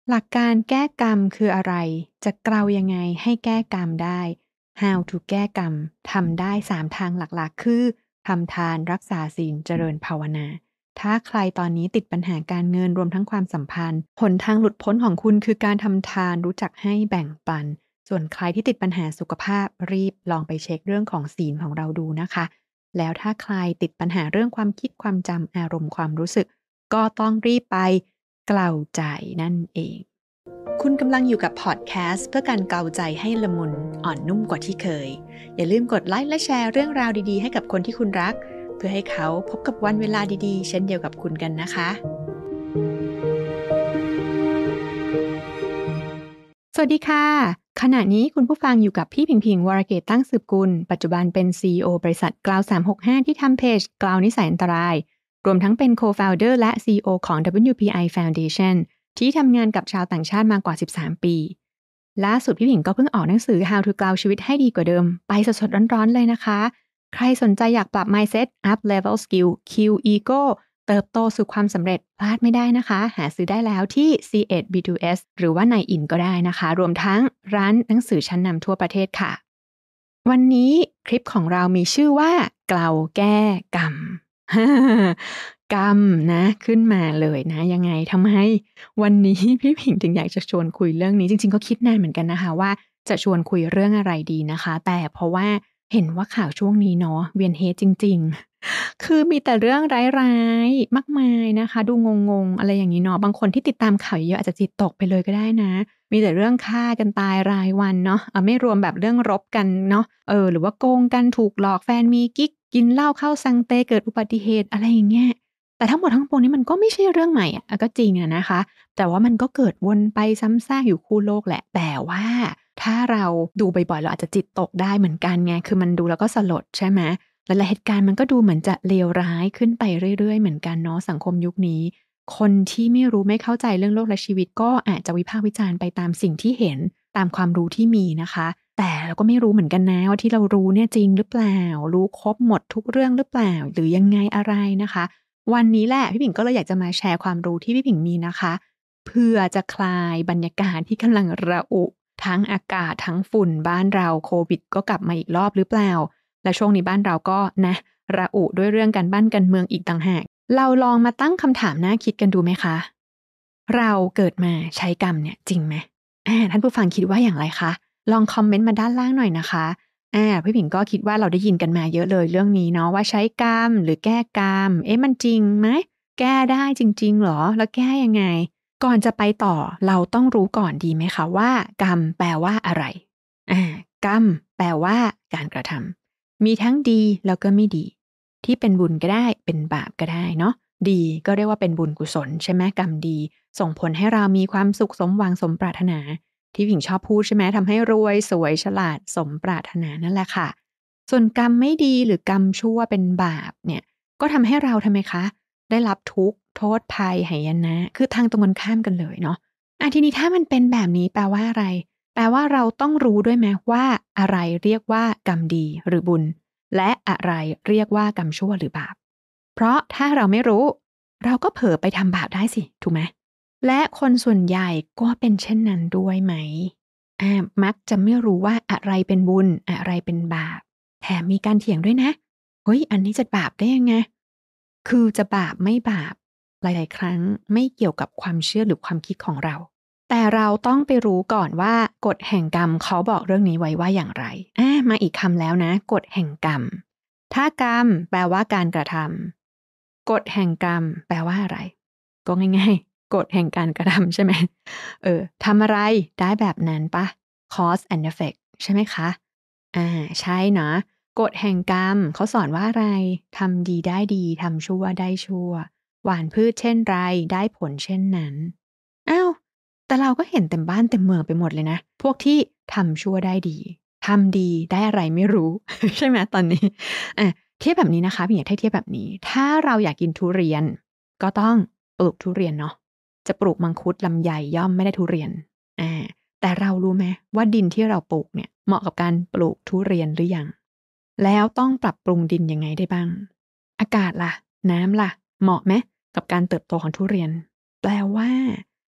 หลักการแก้กรรมคืออะไร จะเกลายังไงให้แก้กรรมได้ How to แก้กรรมทำได้3ทางหลักๆคือทำทานรักษาศีลเจริญภาวนาถ้าใครตอนนี้ติดปัญหาการเงินรวมทั้งความสัมพันธ์หนทางหลุดพ้นของคุณคือการทำทานรู้จักให้แบ่งปันส่วนใครที่ติดปัญหาสุขภาพรีบลองไปเช็คเรื่องของศีลของเราดูนะคะแล้วถ้าใครติดปัญหาเรื่องความคิดความจำอารมณ์ความรู้สึกก็ต้องรีบไปเกลาใจนั่นเองคุณกำลังอยู่กับพอดแคสต์เพื่อการเกลาใจให้ละมุนอ่อนนุ่มกว่าที่เคยอย่าลืมกดไลค์และแชร์เรื่องราวดีๆให้กับคนที่คุณรักเพื่อให้เขาพบกับวันเวลาดีๆเช่นเดียวกับคุณกันนะคะสวัสดีค่ะขณะนี้คุณผู้ฟังอยู่กับพี่ผิงผิงวรเกตตั้งสืบกุลปัจจุบันเป็น CEO บริษัทกลาว365ที่ทำเพจกลาวนิสัยอันตรายรวมทั้งเป็น Co-founder และ CEO ของ WPI Foundation ที่ทำงานกับชาวต่างชาติมากว่า13ปีล่าสุดพี่ผิงก็เพิ่งออกหนังสือ How to กลาวชีวิตให้ดีกว่าเดิมไปสดๆร้อนๆเลยนะคะใครสนใจอยากปรับ mindset up level skill kill ego เติบโตสู่ความสำเร็จพลาดไม่ได้นะคะหาซื้อได้แล้วที่ C8 B2S หรือว่าในอินก็ได้นะคะรวมทั้งร้านหนังสือชั้นนำทั่วประเทศค่ะวันนี้คลิปของเรามีชื่อว่าเกลาแก้กรรม กรรมนะขึ้นมาเลยนะยังไงทำไมวันนี้พี่ผิงถึงอยากจะชวนคุยเรื่องนี้จริงๆก็คิดนานเหมือนกันนะคะว่าจะชวนคุยเรื่องอะไรดีนะคะแต่เพราะว่าเห็นว่าข่าวช่วงนี้เนาะเวียนเฮดจริงๆคือมีแต่เรื่องร้ายๆมากมายนะคะดูงงๆอะไรอย่างนี้เนาะบางคนที่ติดตามข่าวเยอะอาจจะจิตตกไปเลยก็ได้นะมีแต่เรื่องฆ่ากันตายรายวันเนาะไม่รวมแบบเรื่องรบกันเนาะหรือว่าโกงกันถูกหลอกแฟนมีกิ๊กกินเหล้าเข้าซังเตเกิดอุบัติเหตุอะไรอย่างเงี้ย แต่ทั้งหมดทั้งปวงนี้มันก็ไม่ใช่เรื่องใหม่อะก็จริงอะนะคะแต่ว่ามันก็เกิดวนไปซ้ำซากอยู่คู่โลกแหละแต่ว่าถ้าเราดูบ่อยๆเราอาจจะจิตตกได้เหมือนกันไงคือมันดูแล้วก็สลดใช่ไหมหลายๆเหตุการณ์มันก็ดูเหมือนจะเลวร้ายขึ้นไปเรื่อยๆเหมือนกันเนาะสังคมยุคนี้คนที่ไม่รู้ไม่เข้าใจเรื่องโลกและชีวิตก็อาจจะวิพากษ์วิจารณ์ไปตามสิ่งที่เห็นตามความรู้ที่มีนะคะแต่เราก็ไม่รู้เหมือนกันนะว่าที่เรารู้เนี่ยจริงหรือเปล่ารู้ครบหมดทุกเรื่องหรือเปล่าหรือยังไงอะไรนะคะวันนี้แหละพี่ผิงก็เลยอยากจะมาแชร์ความรู้ที่พี่ผิงมีนะคะเพื่อจะคลายบรรยากาศที่กำลังระอุทั้งอากาศทั้งฝุ่นบ้านเราโควิดก็กลับมาอีกรอบหรือเปล่าและช่วงนี้บ้านเราก็นะระอุด้วยเรื่องการบ้านการเมืองอีกต่างหากเราลองมาตั้งคำถามน่าคิดกันดูไหมคะเราเกิดมาใช้กรรมเนี่ยจริงไหมท่านผู้ฟังคิดว่าอย่างไรคะลองคอมเมนต์มาด้านล่างหน่อยนะคะพี่ผิงก็คิดว่าเราได้ยินกันมาเยอะเลยเรื่องนี้เนาะว่าใช้กรรมหรือแก้กรรมมันจริงไหมแก้ได้จริงๆเหรอแล้วแก้ยังไงก่อนจะไปต่อเราต้องรู้ก่อนดีไหมคะว่ากรรมแปลว่าอะไรกรรมแปลว่าการกระทำมีทั้งดีแล้วก็ไม่ดีที่เป็นบุญก็ได้เป็นบาปก็ได้เนาะดีก็เรียกว่าเป็นบุญกุศลใช่ไหมกรรมดีส่งผลให้เรามีความสุขสมหวังสมปรารถนาที่ผิงชอบพูดใช่ไหมทำให้รวยสวยฉลาดสมปรารถนานั่นแหละค่ะส่วนกรรมไม่ดีหรือกรรมชั่วเป็นบาปเนี่ยก็ทำให้เราทำไมคะได้รับทุกข์โทษภัยหายนะคือทางตรงกันข้ามกันเลยเนาะทีนี้ถ้ามันเป็นแบบนี้แปลว่าอะไรแปลว่าเราต้องรู้ด้วยไหมว่าอะไรเรียกว่ากรรมดีหรือบุญและอะไรเรียกว่ากรรมชั่วหรือบาปเพราะถ้าเราไม่รู้เราก็เผลอไปทำบาปได้สิถูกไหม และคนส่วนใหญ่ก็เป็นเช่นนั้นด้วยไหมมักจะไม่รู้ว่าอะไรเป็นบุญอะไรเป็นบาปแถมมีการเถียงด้วยนะเฮ้ยอันนี้จะบาปได้ยังไงคือจะบาปไม่บาปหลายๆครั้งไม่เกี่ยวกับความเชื่อหรือความคิดของเราแต่เราต้องไปรู้ก่อนว่ากฎแห่งกรรมเขาบอกเรื่องนี้ไว้ว่าอย่างไรมาอีกคำแล้วนะกฎแห่งกรรมถ้ากรรมแปลว่าการกระทำกฎแห่งกรรมแปลว่าอะไรก็ง่ายๆกฎแห่งการกระทำใช่ไหมทำอะไรได้แบบนั้นปะ cause and effect ใช่ไหมคะใช่เนาะกฎแห่งกรรมเขาสอนว่าอะไรทำดีได้ดีทำชั่วได้ชั่วหว่านพืชเช่นไรได้ผลเช่นนั้นอ้าวแต่เราก็เห็นเต็มบ้านเต็มเมืองไปหมดเลยนะพวกที่ทำชั่วได้ดีทำดีได้อะไรไม่รู้ ใช่ไหมตอนนี้เทียบแบบนี้นะคะพี่อยากให้เทียบแบบนี้ถ้าเราอยากกินทุเรียนก็ต้องปลูกทุเรียนเนาะจะปลูกมังคุดลำไยย่อมไม่ได้ทุเรียนแต่เรารู้ไหมว่าดินที่เราปลูกเนี่ยเหมาะกับการปลูกทุเรียนหรือยังแล้วต้องปรับปรุงดินยังไงได้บ้างอากาศล่ะน้ำล่ะเหมาะไหมกับการเติบโตของทุเรียนแปลว่า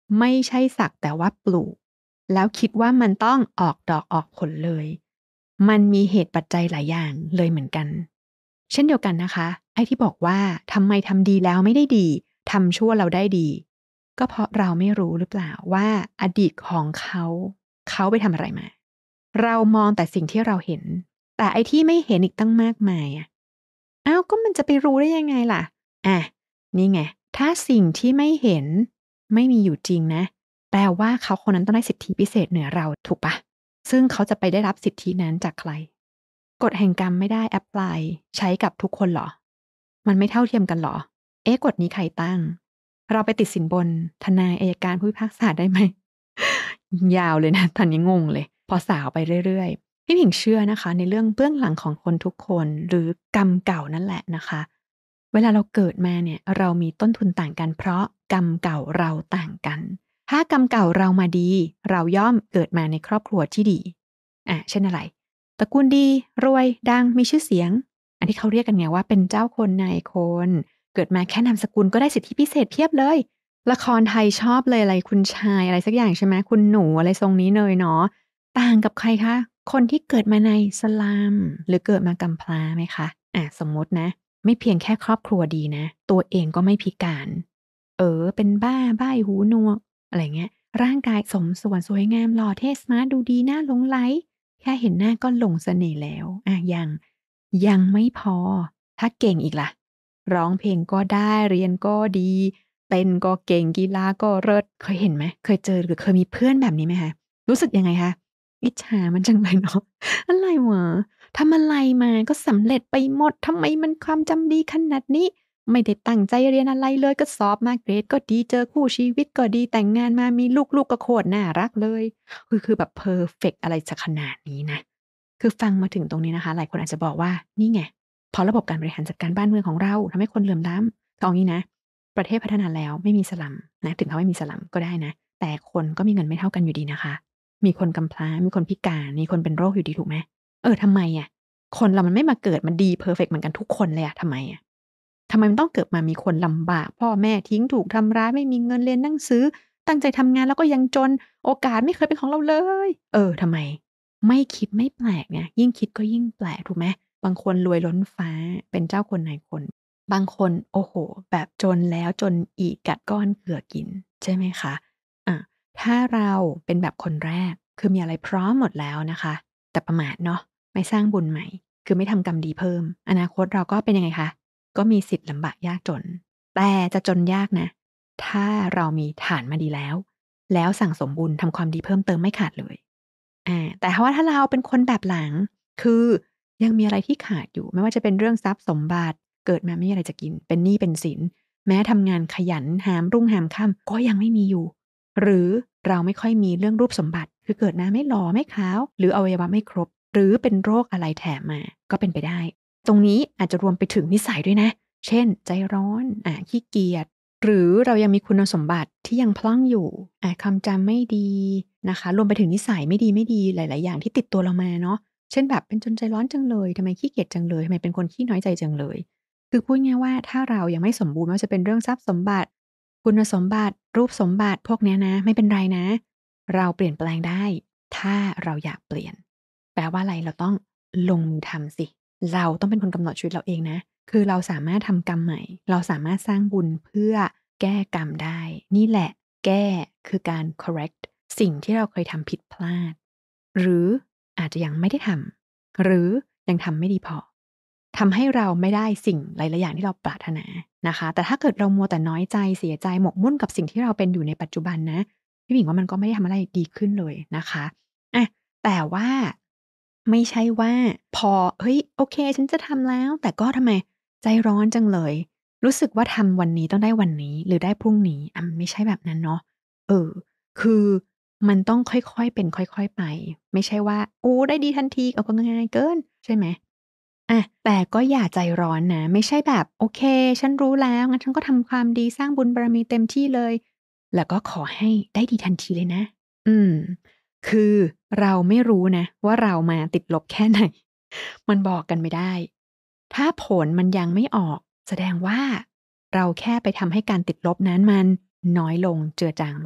ไม่ใช่สักแต่ว่าปลูกแล้วคิดว่ามันต้องออกดอกออกผลเลยมันมีเหตุปัจจัยหลายอย่างเลยเหมือนกันเช่นเดียวกันนะคะไอ้ที่บอกว่าทำไมทำดีแล้วไม่ได้ดีทำชั่วเราได้ดีก็เพราะเราไม่รู้หรือเปล่าว่าอดีตของเขาไปทำอะไรมาเรามองแต่สิ่งที่เราเห็นแต่ไอ้ที่ไม่เห็นอีกตั้งมากมายอะอ้าวก็มันจะไปรู้ได้ยังไงล่ะอะนี่ไงถ้าสิ่งที่ไม่เห็นไม่มีอยู่จริงนะแปลว่าเขาคนนั้นต้องได้สิทธิพิเศษเหนือเราถูกเปล่าซึ่งเขาจะไปได้รับสิทธินั้นจากใครกฎแห่งกรรมไม่ได้แอปพลายใช้กับทุกคนเหรอมันไม่เท่าเทียมกันเหรอเอ๊ะกฎนี้ใครตั้งเราไปติดสินบนทนายอัยการผู้พิพากษาได้ไหมยาวเลยนะตอนนี้งงเลยพอสาวไปเรื่อยๆพี่ผิงเชื่อนะคะในเรื่องเบื้องหลังของคนทุกคนหรือกรรมเก่านั่นแหละนะคะเวลาเราเกิดมาเนี่ยเรามีต้นทุนต่างกันเพราะกรรมเก่าเราต่างกันถ้ากรรมเก่าเรามาดีเราย่อมเกิดมาในครอบครัวที่ดีเช่นอะไรตระกูลดีรวยดังมีชื่อเสียงอันที่เขาเรียกกันไงว่าเป็นเจ้าคนนายคนเกิดมาแค่นามสกุลก็ได้สิทธิพิเศษเพียบเลยละครไทยชอบเลยอะไรคุณชายอะไรสักอย่างใช่ไหมคุณหนูอะไรทรงนี้เลยเนาะต่างกับใครคะคนที่เกิดมาในสลัมหรือเกิดมากำพร้าไหมคะสมมตินะไม่เพียงแค่ครอบครัวดีนะตัวเองก็ไม่พิการเป็นบ้าใบ้หูหนวกอะไรเงี้ยร่างกายสมส่วนสวยงามหล่อเท่สมาร์ตดูดีน่าหลงใหลแค่เห็นหน้าก็หลงเสน่ห์แล้วยังไม่พอถ้าเก่งอีกล่ะร้องเพลงก็ได้เรียนก็ดีเต้นก็เก่งกีฬาก็เลิศเคยเห็นไหมเคยเจอหรือเคยมีเพื่อนแบบนี้ไหมคะรู้สึกยังไงคะอิจฉามันจังเลยเนาะอะไรวะทำอะไรมาก็สำเร็จไปหมดทำไมมันความจำดีขนาดนี้ไม่ได้ตั้งใจเรียนอะไรเลยก็สอบมาเกรดก็ดีเจอคู่ชีวิตก็ดีแต่งงานมามีลูกๆก็โคตรน่ารักเลยคือแบบเพอร์เฟกต์อะไรจะขนาดนี้นะคือฟังมาถึงตรงนี้นะคะหลายคนอาจจะบอกว่านี่ไงเพราะระบบการบริหารจัดการบ้านเมืองของเราทำให้คนเหลื่อมล้ำเอางี้นะประเทศพัฒนาแล้วไม่มีสลัมนะถึงเขาไม่มีสลัมก็ได้นะแต่คนก็มีเงินไม่เท่ากันอยู่ดีนะคะมีคนกำพร้ามีคนพิการมีคนเป็นโรคอยู่ดีถูกไหมทำไมอะคนเรามันไม่มาเกิดมันดีเพอร์เฟกต์เหมือนกันทุกคนเลยอะทำไมอะทำไมมันต้องเกิดมามีคนลำบากพ่อแม่ทิ้งถูกทำร้ายไม่มีเงินเรียนหนังสือตั้งใจทำงานแล้วก็ยังจนโอกาสไม่เคยเป็นของเราเลยทำไมไม่คิดไม่แปลกไงยิ่งคิดก็ยิ่งแปลกถูกไหมบางคนรวยล้นฟ้าเป็นเจ้าคนนายคนบางคนโอ้โฮแบบจนแล้วจนอีกกัดก้อนเกลือกินใช่ไหมคะอาถ้าเราเป็นแบบคนแรกคือมีอะไรพร้อมหมดแล้วนะคะแต่ประมาทเนาะไม่สร้างบุญใหม่คือไม่ทำกรรมดีเพิ่มอนาคตเราก็เป็นยังไงคะก็มีสิทธิ์ลำบากยากจนแต่จะจนยากนะถ้าเรามีฐานมาดีแล้วสั่งสมบุญทำความดีเพิ่มเติมไม่ขาดเลยแต่ถ้าเราเป็นคนแบบหลังคือยังมีอะไรที่ขาดอยู่ไม่ว่าจะเป็นเรื่องทรัพย์สมบัติเกิดมาไม่มีอะไรจะกินเป็นหนี้เป็นสินแม้ทำงานขยันหามรุ่งหามค่ำก็ยังไม่มีอยู่หรือเราไม่ค่อยมีเรื่องรูปสมบัติคือเกิดมาไม่หล่อไม่ขาวหรืออวัยวะไม่ครบหรือเป็นโรคอะไรแถมมาก็เป็นไปได้ตรงนี้อาจจะรวมไปถึงนิสัยด้วยนะเช่นใจร้อนขี้เกียจหรือเรายังมีคุณสมบัติที่ยังพร่องอยู่ความจำไม่ดีนะคะรวมไปถึงนิสัยไม่ดีๆหลายๆอย่างที่ติดตัวเรามาเนาะเช่นแบบเป็นคนใจร้อนจังเลยทำไมขี้เกียจจังเลยทำไมเป็นคนขี้น้อยใจจังเลยคือพูดง่ายๆว่าถ้าเรายังไม่สมบูรณ์ไม่ว่าจะเป็นเรื่องทรัพย์สมบัติคุณสมบัติรูปสมบัติพวกเนี้ยนะไม่เป็นไรนะเราเปลี่ยนแปลงได้ถ้าเราอยากเปลี่ยนแปลว่าอะไรเราต้องลงมือทำสิเราต้องเป็นคนกำหนดชีวิตเราเองนะคือเราสามารถทำกรรมใหม่เราสามารถสร้างบุญเพื่อแก้กรรมได้นี่แหละแก้คือการ correct สิ่งที่เราเคยทำผิดพลาดหรืออาจจะยังไม่ได้ทำหรือยังทำไม่ดีพอทำให้เราไม่ได้สิ่งหลายๆอย่างที่เราปรารถนานะคะแต่ถ้าเกิดเรามัวแต่น้อยใจเสียใจหมกมุ่นกับสิ่งที่เราเป็นอยู่ในปัจจุบันนะพี่หญิงว่ามันก็ไม่ได้ทำอะไรดีขึ้นเลยนะคะแต่ว่าไม่ใช่ว่าพอเฮ้ยโอเคฉันจะทำแล้วแต่ก็ทำไมใจร้อนจังเลยรู้สึกว่าทำวันนี้ต้องได้วันนี้หรือได้พรุ่งนี้มันไม่ใช่แบบนั้นเนาะเออ คือมันต้องค่อยๆเป็นค่อยๆไปไม่ใช่ว่าโอ้ได้ดีทันทีเอาก็ง่ายเกินใช่ไหมแต่ก็อย่าใจร้อนนะไม่ใช่แบบโอเคฉันรู้แล้วงั้นฉันก็ทำความดีสร้างบุญบารมีเต็มที่เลยแล้วก็ขอให้ได้ดีทันทีเลยนะอืมคือเราไม่รู้นะว่าเรามาติดลบแค่ไหนมันบอกกันไม่ได้ถ้าผลมันยังไม่ออกแสดงว่าเราแค่ไปทำให้การติดลบนั้นมันน้อยลงเจือจางลง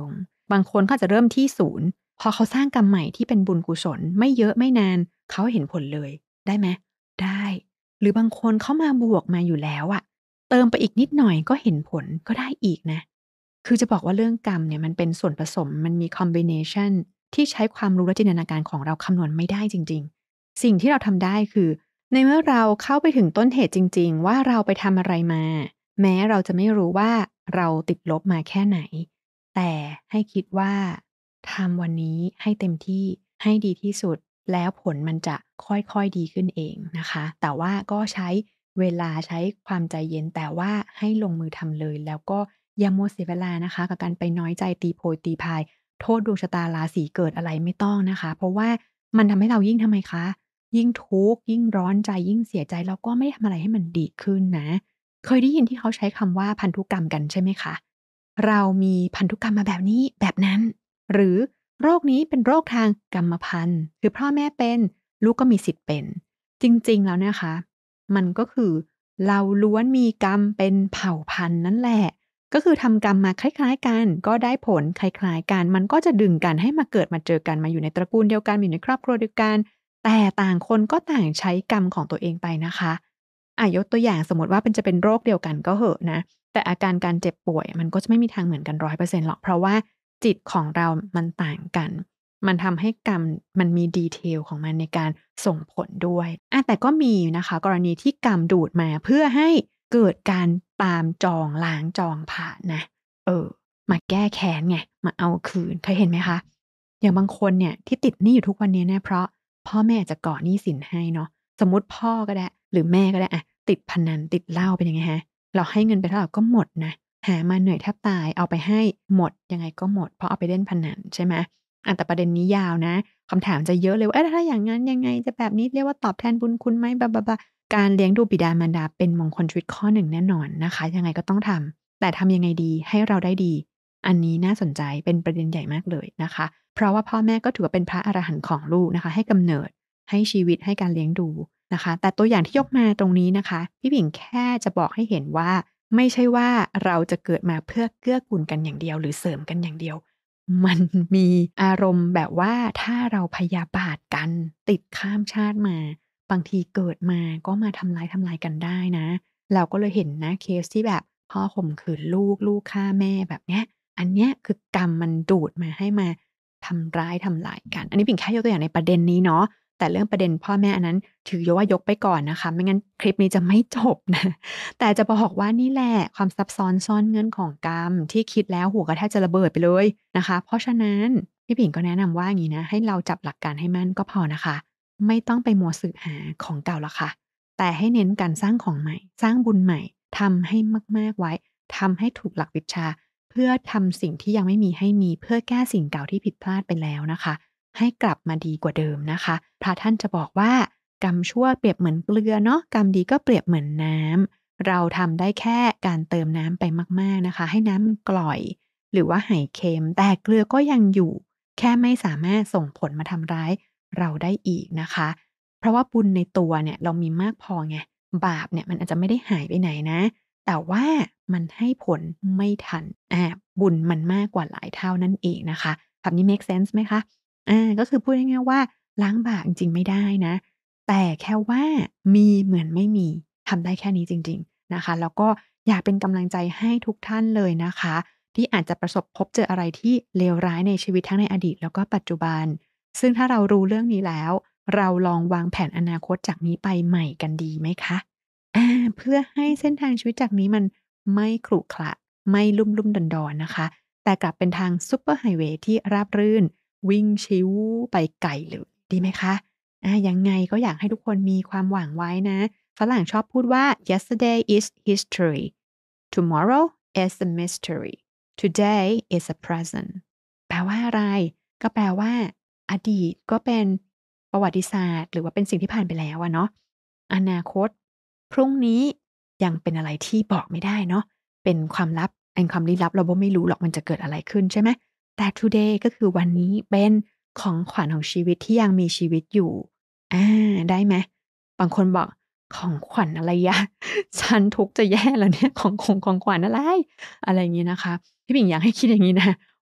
บางคนเขาจะเริ่มที่ศูนย์พอเขาสร้างกรรมใหม่ที่เป็นบุญกุศลไม่เยอะไม่นานเขาเห็นผลเลยได้ไหมได้หรือบางคนเขามาบวกมาอยู่แล้วอะเติมไปอีกนิดหน่อยก็เห็นผลก็ได้อีกนะคือจะบอกว่าเรื่องกรรมเนี่ยมันเป็นส่วนผสมมันมีคอมบิเนชันที่ใช้ความรู้และจินตนาการของเราคำนวณไม่ได้จริงๆสิ่งที่เราทำได้คือในเมื่อเราเข้าไปถึงต้นเหตุจริงๆว่าเราไปทำอะไรมาแม้เราจะไม่รู้ว่าเราติดลบมาแค่ไหนแต่ให้คิดว่าทำวันนี้ให้เต็มที่ให้ดีที่สุดแล้วผลมันจะค่อยๆดีขึ้นเองนะคะแต่ว่าก็ใช้เวลาใช้ความใจเย็นแต่ว่าให้ลงมือทำเลยแล้วก็อย่ามัวเสียเวลานะคะกับการไปน้อยใจตีโพยตีพายโทษดวงชะตาราศีเกิดอะไรไม่ต้องนะคะเพราะว่ามันทำให้เรายิ่งทำไมคะยิ่งทุกข์ยิ่งร้อนใจยิ่งเสียใจแล้วก็ไม่ได้ทำอะไรให้มันดีขึ้นนะเคยได้ยินที่เขาใช้คำว่าพันธุกรรมกันใช่ไหมคะเรามีพันธุกรรมมาแบบนี้แบบนั้นหรือโรคนี้เป็นโรคทางกรรมพันธุ์คือพ่อแม่เป็นลูกก็มีสิทธิ์เป็นจริงๆแล้วนะคะมันก็คือเราล้วนมีกรรมเป็นเผ่าพันธุ์นั่นแหละ ก็คือทำกรรมมาคล้ายๆกันก็ได้ผลคล้ายๆกันมันก็จะดึงกันให้มาเกิดมาเจอกันมาอยู่ในตระกูลเดียวกันมาอยู่ในครอบครัวเดียวกันแต่ต่างคนก็ต่างใช้กรรมของตัวเองไปนะคะยกตัวอย่างสมมุติว่าจะเป็นโรคเดียวกันก็เหอะนะแต่อาการการเจ็บป่วยมันก็จะไม่มีทางเหมือนกัน100%หรอกเพราะว่าจิตของเรามันต่างกันมันทำให้กรรมมันมี detail ของมันในการส่งผลด้วยแต่ก็มีนะคะกรณีที่กรรมดูดมาเพื่อให้เกิดการตามจองล้างจองผ่านนะมาแก้แค้นไงมาเอาคืนเคยเห็นไหมคะอย่างบางคนเนี่ยที่ติดหนี้อยู่ทุกวันนี้เนี่ยเพราะพ่อแม่อาจจะก่อหนี้สินให้เนาะสมมุติพ่อก็ได้หรือแม่ก็ได้ติดพนันติดเหล้าเป็นยังไงคะเราให้เงินไปเท่าไรก็หมดนะหามาเหนื่อยแทบตายเอาไปให้หมดยังไงก็หมดเพราะเอาไปเล่นพนันใช่ไหมแต่ประเด็นนี้ยาวนะคำถามจะเยอะเลยว่าถ้าอย่างงั้นยังไงจะแบบนี้เรียกว่าตอบแทนบุญคุณไหมบลาๆๆการเลี้ยงดูบิดามารดาเป็นมงคลชีวิตข้อหนึ่งแน่นอนนะคะยังไงก็ต้องทำแต่ทำยังไงดีให้เราได้ดีอันนี้น่าสนใจเป็นประเด็นใหญ่มากเลยนะคะเพราะว่าพ่อแม่ก็ถือว่าเป็นพระอรหันต์ของลูกนะคะให้กำเนิดให้ชีวิตให้การเลี้ยงดูนะคะแต่ตัวอย่างที่ยกมาตรงนี้นะคะพี่ผิงแค่จะบอกให้เห็นว่าไม่ใช่ว่าเราจะเกิดมาเพื่อเกื้อกูลกันอย่างเดียวหรือเสริมกันอย่างเดียวมันมีอารมณ์แบบว่าถ้าเราพยาบาทกันติดข้ามชาติมาบางทีเกิดมาก็มาทำร้ายกันได้นะเราก็เลยเห็นนะเคสที่แบบพ่อข่มขืนลูกลูกฆ่าแม่แบบเนี้ยอันเนี้ยคือกรรมมันดูดมาให้มาทำร้ายทำลายกันอันนี้ผิงแค่ยกตัวอย่างในประเด็นนี้เนาะ แต่เรื่องประเด็นพ่อแม่อันนั้นถือว่ายกไปก่อนนะคะไม่งั้นคลิปนี้จะไม่จบนะแต่จะบอกว่านี่แหละความซับซ้อนซ่อนเงื่อนของกรรมที่คิดแล้วหัวก็แทบจะระเบิดไปเลยนะคะเพราะฉะนั้นพี่ผิงก็แนะนำว่าอย่างงี้นะให้เราจับหลักการให้มั่นก็พอนะคะไม่ต้องไปมัวสืบหาของเก่าหรอกค่ะแต่ให้เน้นการสร้างของใหม่สร้างบุญใหม่ทำให้มากๆไว้ทำให้ถูกหลักวิชาเพื่อทำสิ่งที่ยังไม่มีให้มีเพื่อแก้สิ่งเก่าที่ผิดพลาดไปแล้วนะคะ ให้กลับมาดีกว่าเดิมนะคะพระท่านจะบอกว่ากรรมชั่วเปรียบเหมือนเกลือเนาะกรรมดีก็เปรียบเหมือนน้ำเราทำได้แค่การเติมน้ำไปมากๆนะคะให้น้ำมันกร่อยหรือว่าหายเค็มแต่เกลือก็ยังอยู่แค่ไม่สามารถส่งผลมาทำร้ายเราได้อีกนะคะเพราะว่าบุญในตัวเนี่ยเรามีมากพอไงบาปเนี่ยมันอาจจะไม่ได้หายไปไหนนะแต่ว่ามันให้ผลไม่ทันบุญมันมากกว่าหลายเท่านั่นเองนะคะแบบนี้เมกเซนส์ไหมคะ ก็คือพูดง่ายๆว่าล้างบาปจริงๆไม่ได้นะแต่แค่ว่ามีเหมือนไม่มีทำได้แค่นี้จริงๆนะคะแล้วก็อยากเป็นกำลังใจให้ทุกท่านเลยนะคะที่อาจจะประสบพบเจออะไรที่เลวร้ายในชีวิตทั้งในอดีตแล้วก็ปัจจุบันซึ่งถ้าเรารู้เรื่องนี้แล้วเราลองวางแผนอนาคตจากนี้ไปใหม่กันดีไหมคะเพื่อให้เส้นทางชีวิตจากนี้มันไม่ขรุขระไม่ลุ่มๆดอนๆนะคะแต่กลับเป็นทางซูเปอร์ไฮเวย์ที่ราบรื่น วิ่งชิวไปไกลเลยดีไหมคะยังไงก็อยากให้ทุกคนมีความหวังไว้นะฝรั่งชอบพูดว่า yesterday is history tomorrow is a mystery today is a present แปลว่าอะไรก็แปลว่าอดีตก็เป็นประวัติศาสตร์หรือว่าเป็นสิ่งที่ผ่านไปแล้วอะเนาะอนาคตพรุ่งนี้ยังเป็นอะไรที่บอกไม่ได้เนาะเป็นความลับเป็นความลี้ลับเราก็ไม่รู้หรอกมันจะเกิดอะไรขึ้นใช่ไหม แต่ today ก็คือวันนี้เป็นของขวัญของชีวิตที่ยังมีชีวิตอยู่อาได้ไหมบางคนบอกของขวัญอะไรยะฉันทุกข์จะแย่แล้วเนี่ยของขวัญอะไรอะไรอย่างงี้นะคะพี่หญิงอยากให้คิดอย่างงี้นะ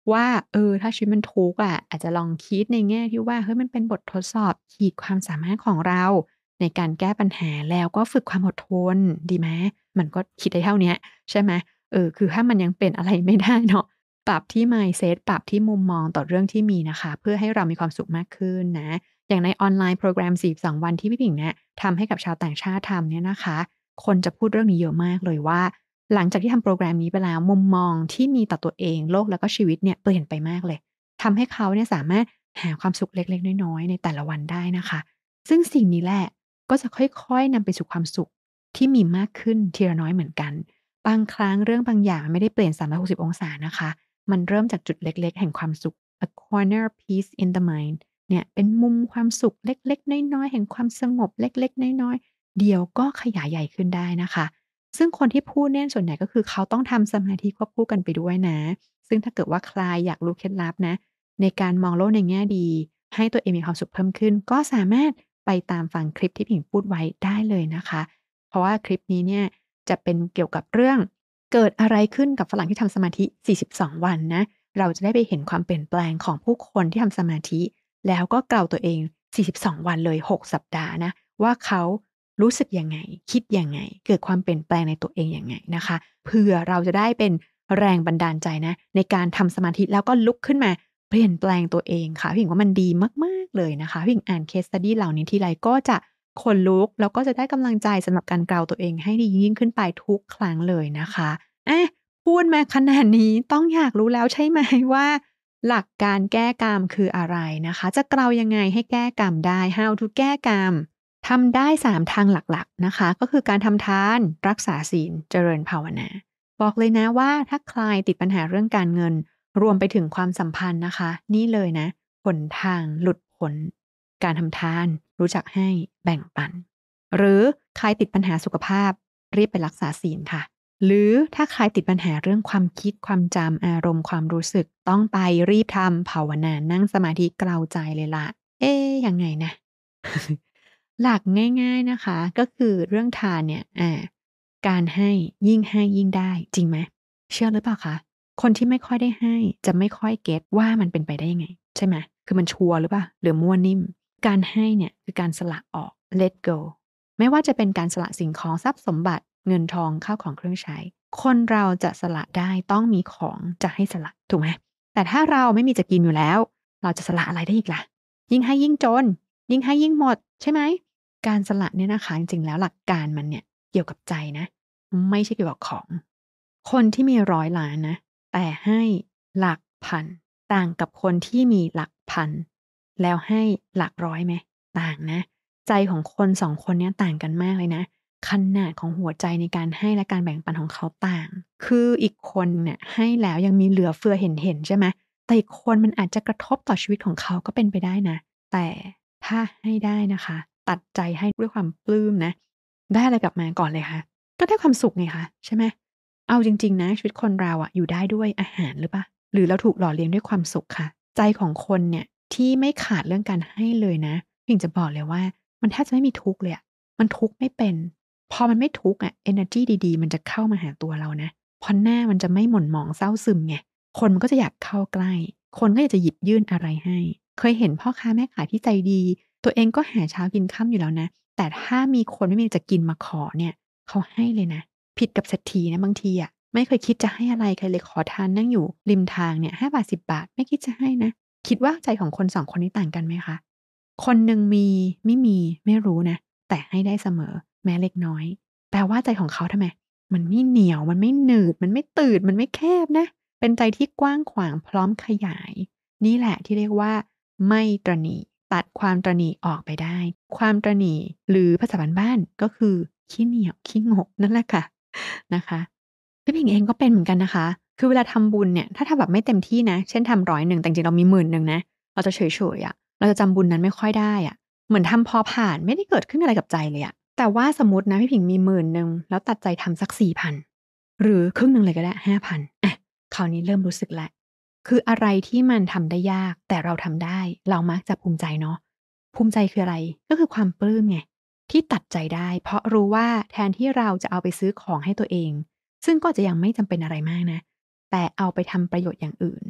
ว่าถ้าชีวิตมันทุกข์อะอาจจะลองคิดในแง่ที่ว่าเฮ้ยมันเป็นบททดสอบขีดความสามารถของเราในการแก้ปัญหาแล้วก็ฝึกความอดทนดีไหมมันก็คิดได้เท่าเนี้ยใช่ไหมคือถ้ามันยังเป็นอะไรไม่ได้เนาะปรับที่ mindset ปรับที่มุมมองต่อเรื่องที่มีนะคะเพื่อให้เรามีความสุขมากขึ้นนะอย่างในออนไลน์โปรแกรม42วันที่พี่ผิงเนี่ยทำให้กับชาวต่างชาติทำเนี่ยนะคะคนจะพูดเรื่องนี้เยอะมากเลยว่าหลังจากที่ทำโปรแกรมนี้ไปแล้วมุมมองที่มีต่อตัวเองโลกแล้วก็ชีวิตเนี่ยเปลี่ยนไปมากเลยทำให้เขาเนี่ยสามารถหาความสุขเล็กๆน้อยๆในแต่ละวันได้นะคะซึ่งสิ่งนี้แหละก็จะค่อยๆนำไปสู่ความสุขที่มีมากขึ้นทีละน้อยเหมือนกันบางครั้งเรื่องบางอย่างไม่ได้เปลี่ยน360องศานะคะมันเริ่มจากจุดเล็กๆแห่งความสุข a corner piece in the mind เนี่ยเป็นมุมความสุขเล็กๆน้อยๆแห่งความสงบเล็กๆน้อยๆเดี๋ยวก็ขยายใหญ่ขึ้นได้นะคะซึ่งคนที่พูดเนี่ยส่วนใหญ่ก็คือเขาต้องทำสมาธิควบคู่กันไปด้วยนะซึ่งถ้าเกิดว่าใครอยากรู้เคล็ดลับนะในการมองโลกในแง่ดีให้ตัวเองมีความสุขเพิ่มขึ้นก็สามารถไปตามฟังคลิปที่ผิงพูดไว้ได้เลยนะคะเพราะว่าคลิปนี้เนี่ยจะเป็นเกี่ยวกับเรื่องเกิดอะไรขึ้นกับฝรั่งที่ทำสมาธิ42วันนะเราจะได้ไปเห็นความเปลี่ยนแปลงของผู้คนที่ทำสมาธิ แล้วก็เกลาตัวเอง42วันเลย6สัปดาห์นะว่าเขารู้สึกยังไงคิดยังไงเกิดความเปลี่ยนแปลงในตัวเองยังไงนะคะเพื่อเราจะได้เป็นแรงบันดาลใจนะในการทำสมาธิแล้วก็ลุกขึ้นมาเปลี่ยนแปลงตัวเองค่ะพี่หญิงว่ามันดีมากๆเลยนะคะพี่หญิงอ่าน Case Study เหล่านี้ทีไรก็จะขนลุกแล้วก็จะได้กำลังใจสำหรับการเกลาตัวเองให้ดียิ่งขึ้นไปทุกครั้งเลยนะคะอะพูดมาขนาดนี้ต้องอยากรู้แล้วใช่ไหมว่า หลักการแก้กรรมคืออะไรนะคะจะเกลายังไงให้แก้กรรมได้ How to แก้กรรมทำได้3ทางหลักๆนะคะก็คือการทำทานรักษาศีลเจริญภาวนาบอกเลยนะว่าถ้าใครติดปัญหาเรื่องการเงินรวมไปถึงความสัมพันธ์นะคะนี่เลยนะหนทางหลุดพ้นการทำทานรู้จักให้แบ่งปันหรือใครติดปัญหาสุขภาพรีบไปรักษาศีลค่ะ หรือถ้าใครติดปัญหาเรื่องความคิดความจำอารมณ์ความรู้สึกต้องไปรีบทำภาวนานั่งสมาธิเกลาใจเลยล่ะยังไงนะหลักง่ายๆนะคะก็คือเรื่องทานเนี่ยการให้ยิ่งได้จริงไหมเชื่อหรือเปล่าคะคนที่ไม่ค่อยได้ให้จะไม่ค่อยเก็ตว่ามันเป็นไปได้ยังไงใช่ไหมคือมันชัวร์หรือเปล่าหรือมั่วนิ่มการให้เนี่ยคือการสละออก let go ไม่ว่าจะเป็นการสละสิ่งของทรัพย์สมบัติเงินทองข้าวของเครื่องใช้คนเราจะสละได้ต้องมีของจะให้สละถูกไหมแต่ถ้าเราไม่มีจะกินอยู่แล้วเราจะสละอะไรได้อีกล่ะยิ่งให้ยิ่งจนยิ่งให้ยิ่งหมดใช่ไหมการสละเนี่ยนะคะจริงๆแล้วหลักการมันเนี่ยเกี่ยวกับใจนะไม่ใช่เกี่ยวกับของคนที่มี100 ล้านนะแต่ให้หลักพันต่างกับคนที่มีหลักพันแล้วให้หลักร้อยไหมต่างนะ ใจของคน2คนเนี้ยต่างกันมากเลยนะขนาดของหัวใจในการให้และการแบ่งปันของเขาต่างคืออีกคนเนี่ยให้แล้วยังมีเหลือเฟือเห็นใช่ไหมแต่อีกคนมันอาจจะกระทบต่อชีวิตของเขาก็เป็นไปได้นะแต่ถ้าให้ได้นะคะตัดใจให้ด้วยความปลื้มนะได้อะไรกลับมาก่อนเลยคะก็ได้ความสุขไงคะใช่ไหมเอาจริงๆนะชีวิตคนเราอะอยู่ได้ด้วยอาหารหรือเปล่าหรือเราถูกหล่อเลี้ยงด้วยความสุขคะใจของคนเนี่ยที่ไม่ขาดเรื่องการให้เลยนะหญิงจะบอกเลยว่า มันแทบจะไม่มีทุกข์เลยอะมันทุกข์ไม่เป็น พอมันไม่ทุกข์อะเอเนอร์จีดีๆมันจะเข้ามาหาตัวเรานะเพราะหน้ามันจะไม่หม่นหมองเศร้าซึมไงคนมันก็จะอยากเข้าใกล้ คนก็อยากจะหยิบยื่นอะไรให้ เคยเห็นพ่อค้าแม่ขายที่ใจดี ตัวเองก็หาเช้ากินค่ำอยู่แล้วนะ แต่ถ้ามีคนไม่มีจะกินมาขอเนี่ยเขาให้เลยนะ ผิดกับเศรษฐีนะบางทีอะไม่เคยคิดจะให้อะไรใครเลยขอทานนั่งอยู่ริมทางเนี่ย5 บาท10 บาทไม่คิดจะให้นะคิดว่าใจของคน2คนนี้ต่างกันไหมคะ คนหนึ่งมีไม่มีไม่รู้นะแต่ให้ได้เสมอแม้เล็กน้อยแปลว่าใจของเขาทำไมมันไม่เหนียวมันไม่หนืดมันไม่ตืดมันไม่แคบนะเป็นใจที่กว้างขวางพร้อมขยายนี่แหละที่เรียกว่าไม่ตระหนี่ตัดความตระหนี่ออกไปได้ความตระหนี่หรือภาษาบ้านๆก็คือขี้เหนียวขี้งกนั่นแหละค่ะนะคะพี่ผิงเองก็เป็นเหมือนกันนะคะคือเวลาทำบุญเนี่ยถ้าทำแบบไม่เต็มที่นะเช่นทำ100แต่จริงๆเรามี10,000นะเราจะเฉยๆอะ เราจะจำบุญนั้นไม่ค่อยได้อะเหมือนทำพอผ่านไม่ได้เกิดขึ้นอะไรกับใจเลยอะแต่ว่าสมมุตินะพี่ผิงมี10,000แล้วตัดใจทำสัก4,000หรือครึ่งหนึ่งเลยก็ได้5,000อะคราวนี้เริ่มรู้สึกแล้วคืออะไรที่มันทำได้ยากแต่เราทำได้เรามักจะภูมิใจเนาะภูมิใจคืออะไรก็คือความปลื้มไงที่ตัดใจได้เพราะรู้ว่าแทนที่เราจะเอาไปซื้อของให้ตัวเองซึ่งก็อาจจะยังไม่จำเป็นอะไรมากนะแต่เอาไปทำประโยชน์อย่างอื่น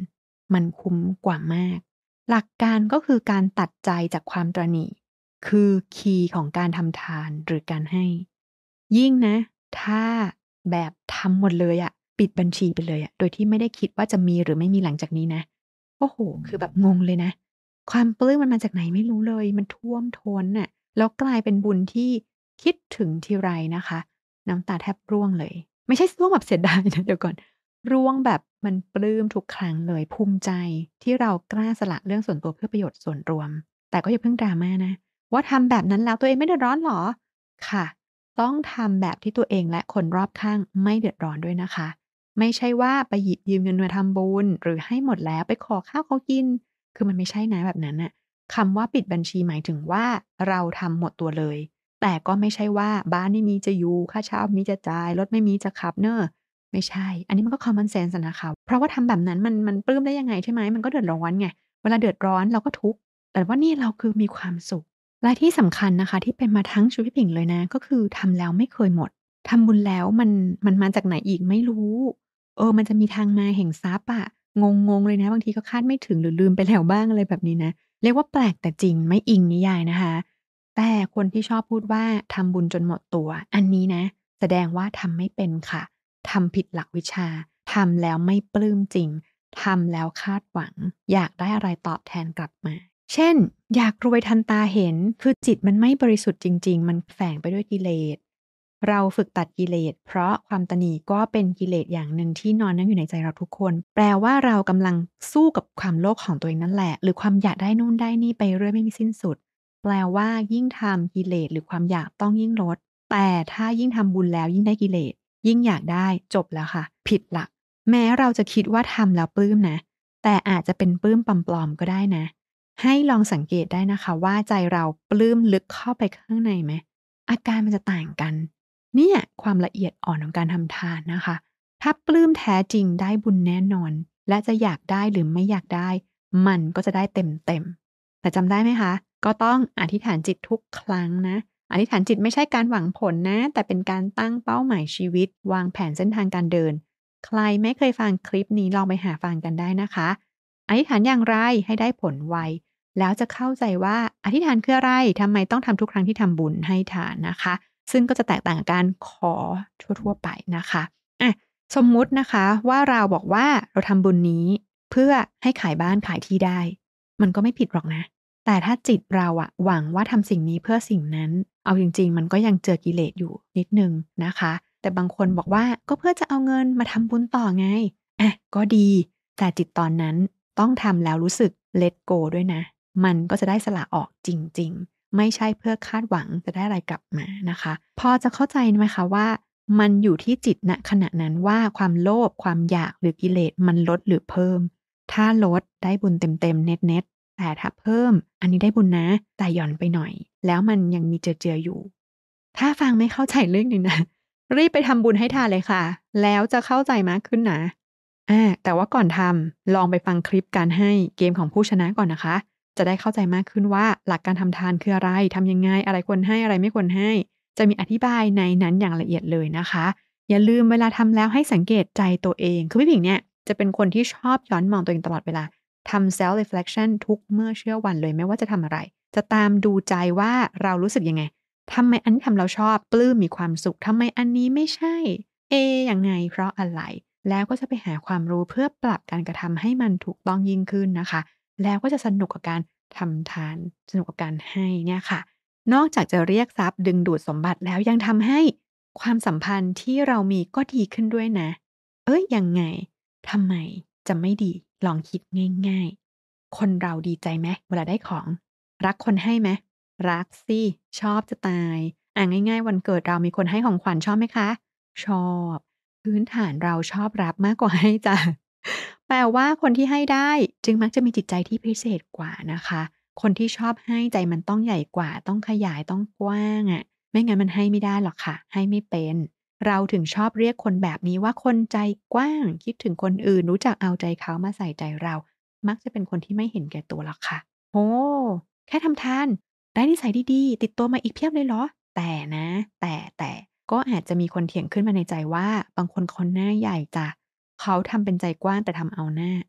มันคุ้มกว่ามากหลักการก็คือการตัดใจจากความตระหนี่คือคีย์ของการทำทานหรือการให้ยิ่งนะถ้าแบบทำหมดเลยอะปิดบัญชีไปเลยอะโดยที่ไม่ได้คิดว่าจะมีหรือไม่มีหลังจากนี้นะโอ้โฮคือแบบงงเลยนะความปลื้มมันมาจากไหนไม่รู้เลยมันท่วมท้นน่ะแล้วกลายเป็นบุญที่คิดถึงทีไรนะคะน้ำตาแทบร่วงเลยไม่ใช่ร่วงแบบเสียดายนะเดี๋ยวก่อน ร่วงแบบมันปลื้มทุกครั้งเลยภูมิใจที่เรากล้าสละเรื่องส่วนตัวเพื่อประโยชน์ส่วนรวมแต่ก็อย่าเพิ่ง drama นะว่าทำแบบนั้นแล้วตัวเองไม่เดือดร้อนเหรอค่ะต้องทำแบบที่ตัวเองและคนรอบข้างไม่เดือดร้อนด้วยนะคะไม่ใช่ว่าไปหยิบยืมเงินมาทำบุญหรือให้หมดแล้วไปขอข้าวเขากินคือมันไม่ใช่นะแบบนั้นน่ะคำว่าปิดบัญชีหมายถึงว่าเราทำหมดตัวเลยแต่ก็ไม่ใช่ว่าบ้านไม่มีจะอยู่ค่าเช่าไม่มีจะจ่ายรถไม่มีจะขับเน้อ ไม่ใช่ อันนี้มันก็ common sense อะนะคะ เพราะว่าทำแบบนั้นมันปลื้มได้ยังไงใช่ไหม มันก็เดือดร้อนไง เวลาเดือดร้อนเราก็ทุกข์แต่ว่านี่เราคือมีความสุข และที่สำคัญนะคะที่เป็นมาทั้งชีวิตผู้หญิงเลยนะก็คือทำแล้วไม่เคยหมด ทำบุญแล้วมันมาจากไหนอีกไม่รู้มันจะมีทางมาแห่งทรัพย์อะงงๆเลยนะบางทีก็คาดไม่ถึงหรือลืมไปแล้วบ้างอะไรแบบนี้นะเรียกว่าแปลกแต่จริงไม่อิงนิยายนะคะแต่คนที่ชอบพูดว่าทำบุญจนหมดตัวอันนี้นะแสดงว่าทำไม่เป็นค่ะ ทำผิดหลักวิชา ทำแล้วไม่ปลื้มจริง ทำแล้วคาดหวัง อยากได้อะไรตอบแทนกลับมา เช่น อยากรวยทันตาเห็น คือจิตมันไม่บริสุทธิ์จริงๆ มันแฝงไปด้วยกิเลส เราฝึกตัดกิเลสเพราะความตณีก็เป็นกิเลสอย่างหนึ่งที่นอนนั่งอยู่ในใจเราทุกคน แปลว่าเรากำลังสู้กับความโลภของตัวเองนั่นแหละ หรือความอยากได้นู่นได้นี่ไปเรื่อยไม่มีสิ้นสุด แปลว่ายิ่งทำกิเลสหรือความอยากต้องยิ่งลด แต่ถ้ายิ่งทำบุญแล้วยิ่งได้กิเลส ยิ่งอยากได้จบแล้วค่ะผิดหลักแม้เราจะคิดว่าทำแล้วปลื้มนะแต่อาจจะเป็นปลื้มปลอมๆก็ได้นะให้ลองสังเกตได้นะคะว่าใจเราปลื้มลึกเข้าไปข้างในไหมอาการมันจะต่างกันเนี่ยความละเอียดอ่อนของการทำทานนะคะถ้าปลื้มแท้จริงได้บุญแน่นอนและจะอยากได้หรือไม่อยากได้มันก็จะได้เต็มๆแต่จำได้ไหมคะก็ต้องอธิษฐานจิตทุกครั้งนะ อธิษฐานจิตไม่ใช่การหวังผลนะแต่เป็นการตั้งเป้าหมายชีวิตวางแผนเส้นทางการเดินใครไม่เคยฟังคลิปนี้ลองไปหาฟังกันได้นะคะอธิษฐานอย่างไรให้ได้ผลไวแล้วจะเข้าใจว่าอธิษฐานคืออะไรทำไมต้องทำทุกครั้งที่ทำบุญให้ทานนะคะซึ่งก็จะแตกต่างกับการขอทั่วๆไปนะคะอะสมมุตินะคะว่าเราบอกว่าเราทำบุญนี้เพื่อให้ขายบ้านขายที่ได้มันก็ไม่ผิดหรอกนะ แต่ถ้าจิตเราอะหวังว่าทำสิ่งนี้เพื่อสิ่งนั้นเอาจริงๆมันก็ยังเจอกิเลสอยู่นิดหนึ่งนะคะแต่บางคนบอกว่าก็เพื่อจะเอาเงินมาทำบุญต่อไงอะก็ดีแต่จิตตอนนั้นต้องทำแล้วรู้สึก let go ด้วยนะมันก็จะได้สละออกจริงๆไม่ใช่เพื่อคาดหวังจะได้อะไรกลับมานะคะพอจะเข้าใจไหมคะว่ามันอยู่ที่จิตณขณะนั้นว่าความโลภความอยากหรือกิเลสมันลดหรือเพิ่มถ้าลดได้บุญเต็มๆเน็ตๆ แต่ถ้าเพิ่มอันนี้ได้บุญนะแต่หย่อนไปหน่อยแล้วมันยังมีเจือๆอยู่ถ้าฟังไม่เข้าใจเรื่องหนึ่งนะรีบไปทำบุญให้ทานเลยค่ะแล้วจะเข้าใจมากขึ้นนะแต่ว่าก่อนทำลองไปฟังคลิปการให้เกมของผู้ชนะก่อนนะคะจะได้เข้าใจมากขึ้นว่าหลักการทำทานคืออะไรทำยังไงอะไรควรให้อะไรไม่ควรให้จะมีอธิบายในนั้นอย่างละเอียดเลยนะคะอย่าลืมเวลาทำแล้วให้สังเกตใจตัวเองคือพี่ผิงเนี่ยจะเป็นคนที่ชอบย้อนมองตัวเองตลอดเวลา ทำ self reflection ทุกเมื่อเชื่อวันเลยไม่ว่าจะทำอะไรจะตามดูใจว่าเรารู้สึกยังไงทำไมอันนี้ทำแล้วชอบปลื้มมีความสุขทำไมอันนี้ไม่ใช่ยังไงเพราะอะไรแล้วก็จะไปหาความรู้เพื่อปรับการกระทำให้มันถูกต้องยิ่งขึ้นนะคะแล้วก็จะสนุกกับการทำทานสนุกกับการให้เนี่ยค่ะนอกจากจะเรียกทรัพย์ดึงดูดสมบัติแล้วยังทำให้ความสัมพันธ์ที่เรามีก็ดีขึ้นด้วยนะยังไง ทำไมจะไม่ดีลองคิดง่ายๆคนเราดีใจไหมเวลาได้ของรักคนให้ไหมรักสิชอบจะตายง่ายๆวันเกิดเรามีคนให้ของขวัญชอบไหมคะชอบพื้นฐานเราชอบรับมากกว่าให้จ้ะแปลว่าคนที่ให้ได้จึงมักจะมีจิตใจที่พิเศษกว่านะคะคนที่ชอบให้ใจมันต้องใหญ่กว่าต้องขยายต้องกว้างอะไม่งั้นมันให้ไม่ได้หรอกค่ะให้ไม่เป็น เราถึงชอบเรียกคนแบบนี้ว่าคนใจกว้างคิดถึงคนอื่นรู้จักเอาใจเขามาใส่ใจเรามักจะเป็นคนที่ไม่เห็นแก่ตัวหรอกค่ะโอ้แค่ทำทานได้นิสัยดีๆติดตัวมาอีกเพียบเลยเหรอแต่นะแต่ก็อาจจะมีคนเถียงขึ้นมาในใจว่าบางคนเขาหน้าใหญ่จ้ะเขาทำเป็นใจกว้างแต่ทำเอาหน้าอะ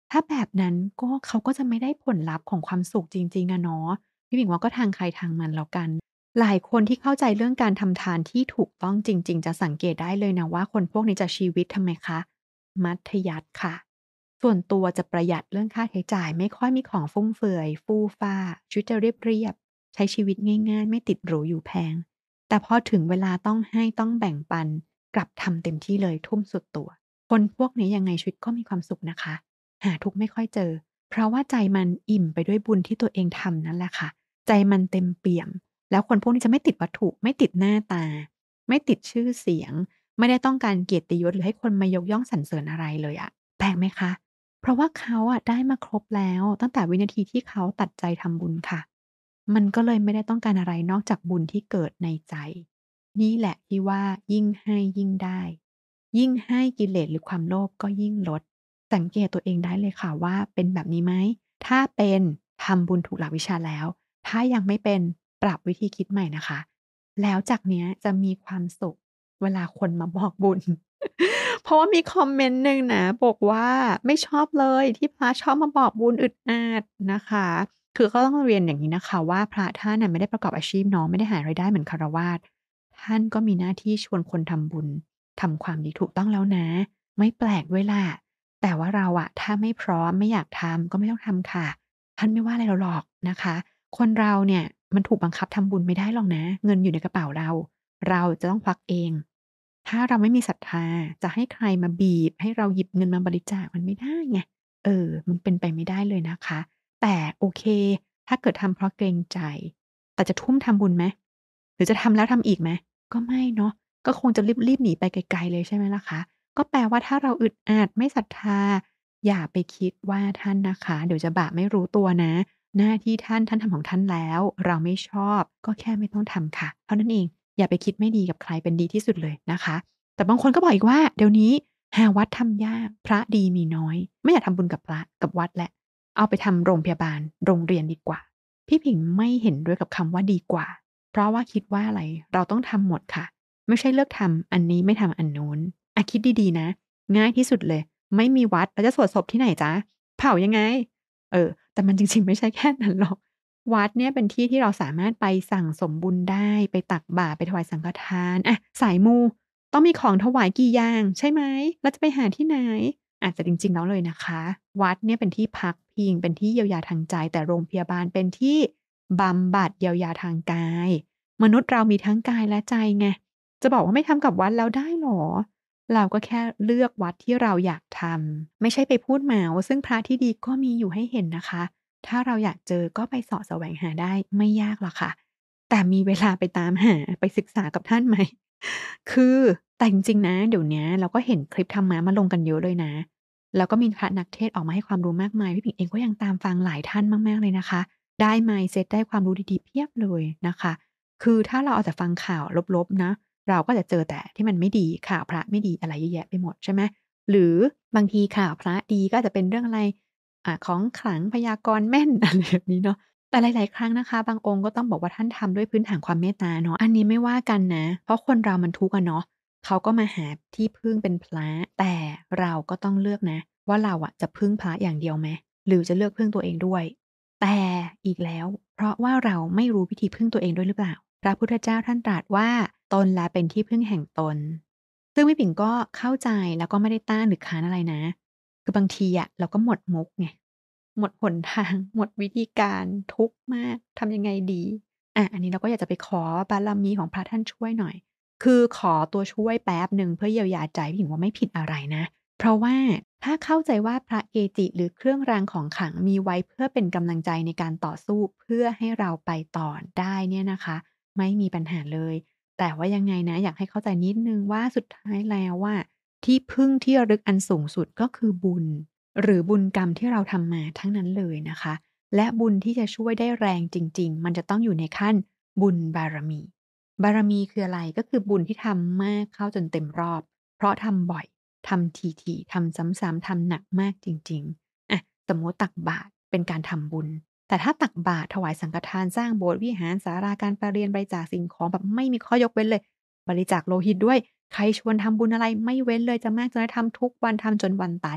ถ้าแบบนั้นก็เขาก็จะไม่ได้ผลลัพธ์ของความสุขจริงๆอะเนาะพี่หญิงว่าก็ทางใครทางมันแล้วกันหลายคนที่เข้าใจเรื่องการทำทานที่ถูกต้องจริงๆจะสังเกตได้เลยนะว่าคนพวกนี้จะชีวิตทำไมคะมัธยัสถ์ค่ะส่วนตัวจะประหยัดเรื่องค่าใช้จ่ายไม่ค่อยมีของฟุ่มเฟือยฟู่ฟ้าชีวิตจะเรียบๆใช้ชีวิตง่ายๆไม่ติดหรูอยู่แพงแต่พอถึงเวลาต้องให้ต้องแบ่งปันกลับทำเต็มที่เลยทุ่มสุดตัวคนพวกนี้ยังไงชีวิตก็มีความสุขนะคะ หาทุกข์ไม่ค่อยเจอ เพราะว่าใจมันอิ่มไปด้วยบุญที่ตัวเองทำนั่นแหละค่ะ ใจมันเต็มเปี่ยม แล้วคนพวกนี้จะไม่ติดวัตถุ ไม่ติดหน้าตา ไม่ติดชื่อเสียง ไม่ได้ต้องการเกียรติยศหรือให้คนมายกย่องสรรเสริญอะไรเลยอะแปลกไหมคะ เพราะว่าเขาอะได้มาครบแล้วตั้งแต่วินาทีที่เขาตัดใจทำบุญค่ะ มันก็เลยไม่ได้ต้องการอะไรนอกจากบุญที่เกิดในใจ นี่แหละที่ว่ายิ่งให้ยิ่งได้ ยิ่งให้กิเลสหรือความโลภก็ยิ่งลด สังเกตตัวเองได้เลยค่ะว่าเป็นแบบนี้ไหม ถ้าเป็นทำบุญถูกหลักวิชาแล้ว ถ้ายังไม่เป็นปรับวิธีคิดใหม่นะคะ แล้วจากเนี้ยจะมีความสุขเวลาคนมาบอกบุญ เพราะว่ามีคอมเมนต์หนึ่งนะบอกว่าไม่ชอบเลยที่พระชอบมาบอกบุญอึดอัดนะคะ คือก็ต้องเรียนอย่างนี้นะคะว่าพระท่านน่ะไม่ได้ประกอบอาชีพเนาะไม่ได้หารายได้เหมือนฆราวาสท่านก็มีหน้าที่ชวนคนทำบุญทำความดีถูกต้องแล้วนะไม่แปลกด้วยล่ะแต่ว่าเราอะถ้าไม่พร้อมไม่อยากทำก็ไม่ต้องทำค่ะท่านไม่ว่าอะไรเราหรอกนะคะคนเราเนี่ยมันถูกบังคับทำบุญไม่ได้หรอกนะเงินอยู่ในกระเป๋าเราจะต้องควักเองถ้าเราไม่มีศรัทธาจะให้ใครมาบีบให้เราหยิบเงินมาบริจาคมันไม่ได้ไงมันเป็นไปไม่ได้เลยนะคะ แต่โอเคถ้าเกิดทำเพราะเกรงใจแต่จะทุ่มทำบุญไหมหรือจะทำแล้วทำอีกไหมก็ไม่เนาะก็คงจะรีบๆหนีไปไกลๆเลยใช่ไหมล่ะคะก็แปลว่าถ้าเราอึดอัดไม่ศรัทธาอย่าไปคิดว่าท่านนะคะเดี๋ยวจะบาปไม่รู้ตัวนะหน้าที่ท่านทำของท่านแล้วเราไม่ชอบก็แค่ไม่ต้องทำค่ะเท่านั้นเองอย่าไปคิดไม่ดีกับใครเป็นดีที่สุดเลยนะคะแต่บางคนก็บอกอีกว่าเดี๋ยวนี้หาวัดทำยากพระดีมีน้อยไม่อยากทำบุญกับพระกับวัดแล้ว เอาไปทำโรงพยาบาลโรงเรียนดีกว่าพี่ผิงไม่เห็นด้วยกับคำว่าดีกว่าเพราะว่าคิดว่าอะไรเราต้องทำหมดค่ะไม่ใช่เลือกทำอันนี้ไม่ทำอันนู้นคิดดีๆนะง่ายที่สุดเลยไม่มีวัดแล้วจะสวดศพที่ไหนจ๊ะเผายังไงแต่มันจริงๆไม่ใช่แค่นั้นหรอกวัดเนี่ยเป็นที่ที่เราสามารถไปสั่งสมบุญได้ไปตักบาตรไปถวายสังฆทานสายมูต้องมีของถวายกี่อย่างใช่ไหมแล้วจะไปหาที่ไหน แต่จริงๆแล้วเลยนะคะวัดเนี่ยเป็นที่พักพิงเป็นที่เยียวยาทางใจแต่โรงพยาบาลเป็นที่บำบัดเยียวยาทางกายมนุษย์เรามีทั้งกายและใจไงจะบอกว่าไม่ทำกับวัดแล้วได้เหรอเราก็แค่เลือกวัดที่เราอยากทำไม่ใช่ไปพูดเหมาซึ่งพระที่ดีก็มีอยู่ให้เห็นนะคะถ้าเราอยากเจอก็ไปเสาะแสวงหาได้ไม่ยากหรอกค่ะแต่มีเวลาไปตามหาไปศึกษากับท่านไหมคือแต่จริงๆนะเดี๋ยวเนี้ยเราก็เห็นคลิปธรรมะมาลงกันเยอะเลยนะ แล้วก็มีพระนักเทศน์ออกมาให้ความรู้มากมายพี่ผิงเองก็ยังตามฟังหลายท่านมากๆเลยนะคะได้ mindset ได้ความรู้ดีๆเพียบเลยนะคะคือถ้าเราเอาแต่ฟังข่าวลบๆนะเราก็จะเจอแต่ที่มันไม่ดีข่าวพระไม่ดีอะไรเยอะแยะไปหมดใช่ไหมหรือบางทีข่าวพระดีก็อาจจะเป็นเรื่องอะไรของขลังพยากรณ์แม่นอะไรแบบนี้เนาะแต่หลายๆครั้งนะคะบางองค์ก็ต้องบอกว่าท่านทำด้วยพื้นฐานความเมตตาเนาะอันนี้ไม่ว่ากันนะเพราะคนเรามันทุกข์อะเนาะ เขาก็มาหาที่พึ่งเป็นพระแต่เราก็ต้องเลือกนะว่าเราอะจะพึ่งพระอย่างเดียวไหมหรือจะเลือกพึ่งตัวเองด้วยแต่อีกแล้วเพราะว่าเราไม่รู้วิธีพึ่งตัวเองด้วยหรือเปล่าพระพุทธเจ้าท่านตรัสว่าตนแลเป็นที่พึ่งแห่งตนซึ่งพี่ปิ่งก็เข้าใจแล้วก็ไม่ได้ต้านหรือค้านอะไรนะคือบางทีอะเราก็หมดมุกไงหมดหนทางหมดวิธีการทุกข์มากทำยังไงดีอันนี้เราก็อยากจะไปขอบารมีของพระท่านช่วยหน่อย คือขอตัวช่วยแป๊บหนึ่งเพื่อเยียวยาใจพี่หญิงว่าไม่ผิดอะไรนะเพราะว่าถ้าเข้าใจว่าพระเกจิหรือเครื่องรางของขลังมีไว้เพื่อเป็นกำลังใจในการต่อสู้เพื่อให้เราไปต่อได้เนี่ยนะคะไม่มีปัญหาเลยแต่ว่ายังไงนะอยากให้เข้าใจนิดหนึ่งว่าสุดท้ายแล้วอะที่พึ่งที่ระลึกอันสูงสุดก็คือบุญหรือบุญกรรมที่เราทำมาทั้งนั้นเลยนะคะและบุญที่จะช่วยได้แรงจริงๆมันจะต้องอยู่ในขั้นบุญบารมี บารมีคืออะไรก็คือบุญที่ทำมากเข้าจนเต็มรอบเพราะทำบ่อยทำถี่ๆทำซ้ำๆทำหนักมากจริงๆสมมุติตักบาตรเป็นการทำบุญแต่ถ้าตักบาตรถวายสังฆทานสร้างโบสถ์วิหารศาลาการประเรียนบริจาคสิ่งของแบบไม่มีข้อยกเว้นเลยบริจาคโลหิตด้วยใครชวนทำบุญอะไรไม่เว้นเลยจะมากจะน้อยทำทุกวันทำจนวันตาย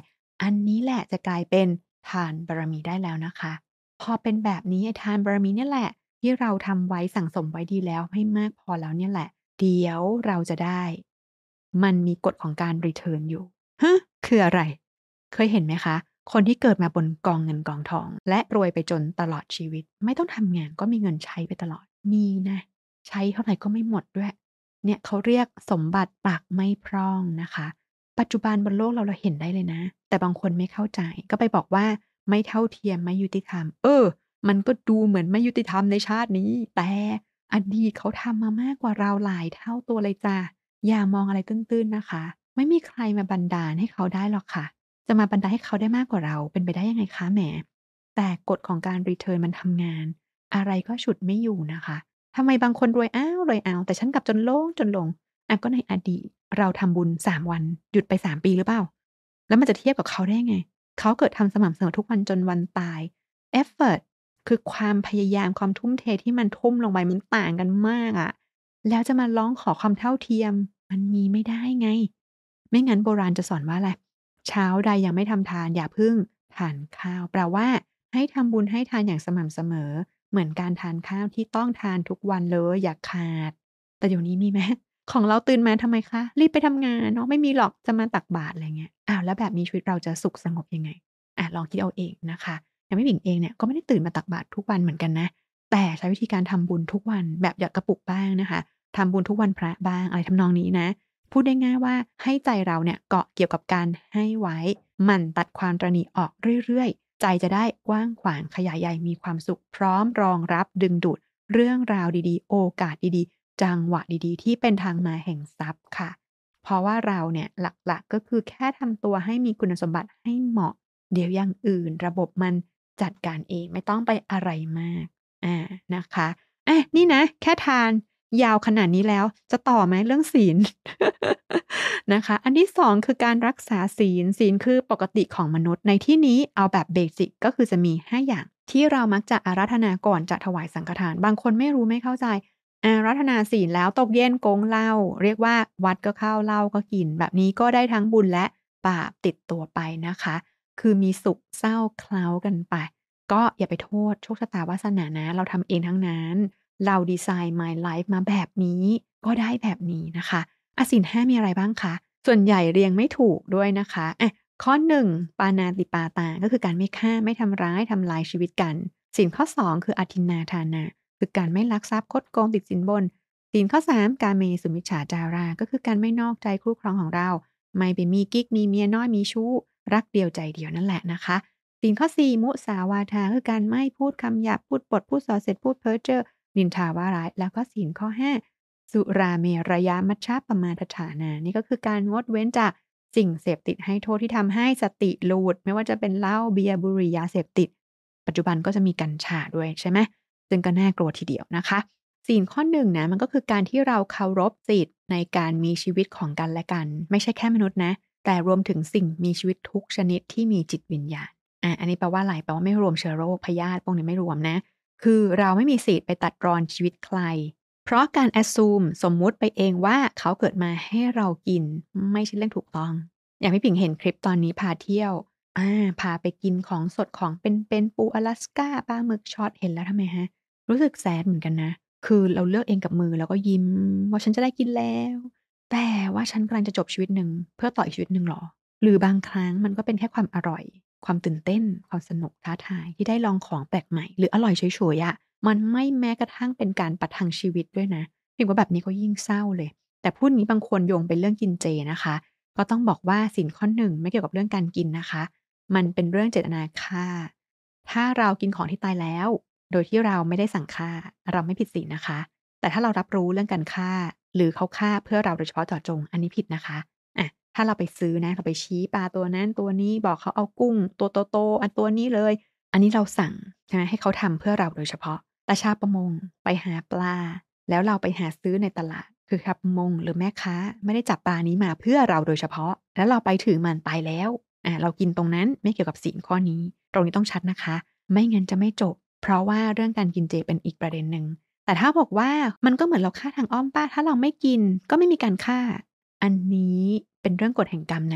อันนี้แหละจะกลายเป็นทานบารมีได้แล้วนะคะพอเป็นแบบนี้ไอ้ทานบารมีเนี่ยแหละที่เราทำไว้สั่งสมไว้ดีแล้วให้มากพอแล้วเนี่ยแหละเดี๋ยวเราจะได้มันมีกฎของการ return อยู่ฮะคืออะไรเคยเห็นไหมคะคนที่เกิดมาบนกองเงินกองทองและรวยไปจนตลอดชีวิตไม่ต้องทำงานก็มีเงินใช้ไปตลอดมีนะใช้เท่าไรก็ไม่หมดด้วยเนี่ยเขาเรียกสมบัติปากไม่พร่องนะคะ ปัจจุบันบนโลกเราเห็นได้เลยนะแต่บางคนไม่เข้าใจก็ไปบอกว่าไม่เท่าเทียมไม่ยุติธรรมมันก็ดูเหมือนไม่ยุติธรรมในชาตินี้แต่อดีตเขาทำมามากกว่าเราหลายเท่าตัวเลยจ้ะอย่ามองอะไรตื้นๆนะคะไม่มีใครมาบันดาลให้เขาได้หรอกค่ะจะมาบันดาลให้เขาได้มากกว่าเราเป็นไปได้ยังไงคะแหมแต่กฎของการ return มันทำงานอะไรก็ฉุดไม่อยู่นะคะทำไมบางคนรวยอ้าวรวยเอาแต่ฉันกลับจนโล่งจนลง ก็ในอดีตเราทำบุญ3วันหยุดไป3ปีหรือเปล่าแล้วมันจะเทียบกับเขาได้ไงเขาเกิดทำสม่ำเสมอทุกวันจนวันตาย effort คือความพยายามความทุ่มเทที่มันทุ่มลงไปมันต่างกันมากอะแล้วจะมาร้องขอความเท่าเทียมมันมีไม่ได้ไงไม่งั้นโบราณจะสอนว่าอะไรเช้าใดยังไม่ทำทานอย่าเพิ่งทานข้าวแปลว่าให้ทำบุญให้ทานอย่างสม่ำเสมอเหมือนการทานข้าวที่ต้องทานทุกวันเลยอย่าขาดแต่เดี๋ยวนี้มีไหม ของเราตื่นมาทำไมคะรีบไปทำงานเนาะไม่มีหรอกจะมาตักบาตรอะไรเงี้ยอ้าวแล้วแบบนี้ชีวิตเราจะสุขสงบยังไงลองคิดเอาเองนะคะอย่างพี่หญิงเองเนี่ยก็ไม่ได้ตื่นมาตักบาตรทุกวันเหมือนกันนะแต่ใช้วิธีการทำบุญทุกวันแบบหยอดกระปุกบ้างนะคะทำบุญทุกวันพระบ้างอะไรทำนองนี้นะพูดได้ง่ายว่าให้ใจเราเนี่ยเกาะเกี่ยวกับการให้ไว้หมั่นตัดความตระหนี่ออกเรื่อยๆใจจะได้กว้างขวางขยายใหญ่มีความสุขพร้อมรองรับดึงดูดเรื่องราวดีๆโอกาสดีๆ จังหวะดีๆที่เป็นทางมาแห่งทรัพย์ค่ะเพราะว่าเราเนี่ยหลักๆก็คือแค่ทำตัวให้มีคุณสมบัติให้เหมาะเดี๋ยวอย่างอื่นระบบมันจัดการเองไม่ต้องไปอะไรมากนะคะนี่นะแค่ทานยาวขนาดนี้แล้วจะต่อไหมเรื่องศีลนะคะอันที่2คือการรักษาศีลคือปกติของมนุษย์ในที่นี้เอาแบบเบสิกก็คือจะมี5อย่างที่เรามักจะอาราธนาก่อนจะถวายสังฆทานบางคนไม่รู้ไม่เข้าใจ อาราธนาศีลแล้วตกเย็นโก๊งเหล้าเรียกว่าวัดก็เข้าเหล้าก็กินแบบนี้ก็ได้ทั้งบุญและบาปติดตัวไปนะคะคือมีสุขเศร้าเคล้ากันไปก็อย่าไปโทษโชคชะตาวาสนานะเราทำเองทั้งนั้นเราดีไซน์ My Life มาแบบนี้ก็ได้แบบนี้นะคะศีล5มีอะไรบ้างคะส่วนใหญ่เรียงไม่ถูกด้วยนะคะข้อ1ปาณาติปาตาก็คือการไม่ฆ่าไม่ทำร้ายทำลายชีวิตกันศีลข้อ2คืออทินนาทานา คือการไม่ลักทรัพย์คดโกงติดสินบนศีลข้อ3กาเมสุมิจฉาจาราก็คือการไม่นอกใจคู่ครองของเราไม่ไปมีกิ๊กมีเมียน้อยมีชู้รักเดียวใจเดียวนั่นแหละนะคะศีลข้อ4มุสาวาทาคือการไม่พูดคำหยาบพูดปดพูดส่อเสียดพูดเพ้อเจ้อนินทาว่าร้ายแล้วก็ศีลข้อ5สุราเมรยมัชฌัปปมาทฐานานี่ก็คือการงดเว้นจากสิ่งเสพติดให้โทษที่ทำให้สติหลุดไม่ว่าจะเป็นเหล้าเบียร์บุหรี่ยาเสพติดปัจจุบันก็จะมีกัญชาด้วยใช่ไหม ซึ่งก็น่ากลัวทีเดียวนะคะศีลข้อ1นะมันก็คือการที่เราเคารพสิทธิ์ในการมีชีวิตของกันและกันไม่ใช่แค่มนุษย์นะแต่รวมถึงสิ่งมีชีวิตทุกชนิดที่มีจิตวิญญาณอันนี้แปลว่าอะไรแปลว่าไม่รวมเชื้อโรคพยาธิพวกนี้ไม่รวมนะคือเราไม่มีสิทธิ์ไปตัดรอนชีวิตใครเพราะการ assume สมมุติไปเองว่าเขาเกิดมาให้เรากินไม่ใช่เรื่องถูกต้องอย่างพี่ผิงเห็นคลิปตอนนี้พาเที่ยวพาไปกินของสดของเป็นๆปูอลาสก้าปลาหมึกช็อตเห็นแล้วทำไมฮะ รู้สึกแซดเหมือนกันนะ คือเราเลือกเองกับมือแล้วก็ยิ้มว่าฉันจะได้กินแล้ว แต่ว่าฉันกำลังจะจบชีวิตหนึ่งเพื่อต่ออีกชีวิตหนึ่งเหรอ หรือบางครั้งมันก็เป็นแค่ความอร่อย ความตื่นเต้น ความสนุกท้าทายที่ได้ลองของแปลกใหม่หรืออร่อยเฉยๆอะมันไม่แม้กระทั่งเป็นการประทังชีวิตด้วยนะพิมว่าแบบนี้ก็ยิ่งเศร้าเลย แต่พูดงี้บางคนโยงเป็นเรื่องกินเจนะคะก็ต้องบอกว่าศีลข้อ1ไม่เกี่ยวกับเรื่องการกินนะคะมันเป็นเรื่องเจตนาฆ่าถ้าเรากินของที่ตายแล้ว โดยที่เราไม่ได้สั่งฆ่าเราไม่ผิดศีลนะคะแต่ถ้าเรารับรู้เรื่องการฆ่าหรือเขาฆ่าเพื่อเราโดยเฉพาะเจาะจงอันนี้ผิดนะคะถ้าเราไปซื้อนะเราไปชี้ปลาตัวนั้นตัวนี้บอกเขาเอากุ้งตัวโตๆอันตัวนี้เลยอันนี้เราสั่งใช่ไหมให้เขาทำเพื่อเราโดยเฉพาะแต่ชาวประมงไปหาปลาแล้วเราไปหาซื้อในตลาดคือชาวประมงหรือแม่ค้าไม่ได้จับปลานี้มาเพื่อเราโดยเฉพาะแล้วเราไปถึงมันตายแล้วเรากินตรงนั้นไม่เกี่ยวกับศีลข้อนี้ตรงนี้ต้องชัดนะคะไม่งั้นจะไม่จบ เพราะว่าเรื่องการกินเจเป็นอีกประเด็นหนึ่ง แต่ถ้าบอกว่ามันก็เหมือนเราฆ่าทางอ้อมเปล่าถ้าเราไม่กินก็ไม่มีการฆ่า อันนี้เป็นเรื่องกฎแห่งกรรมนะ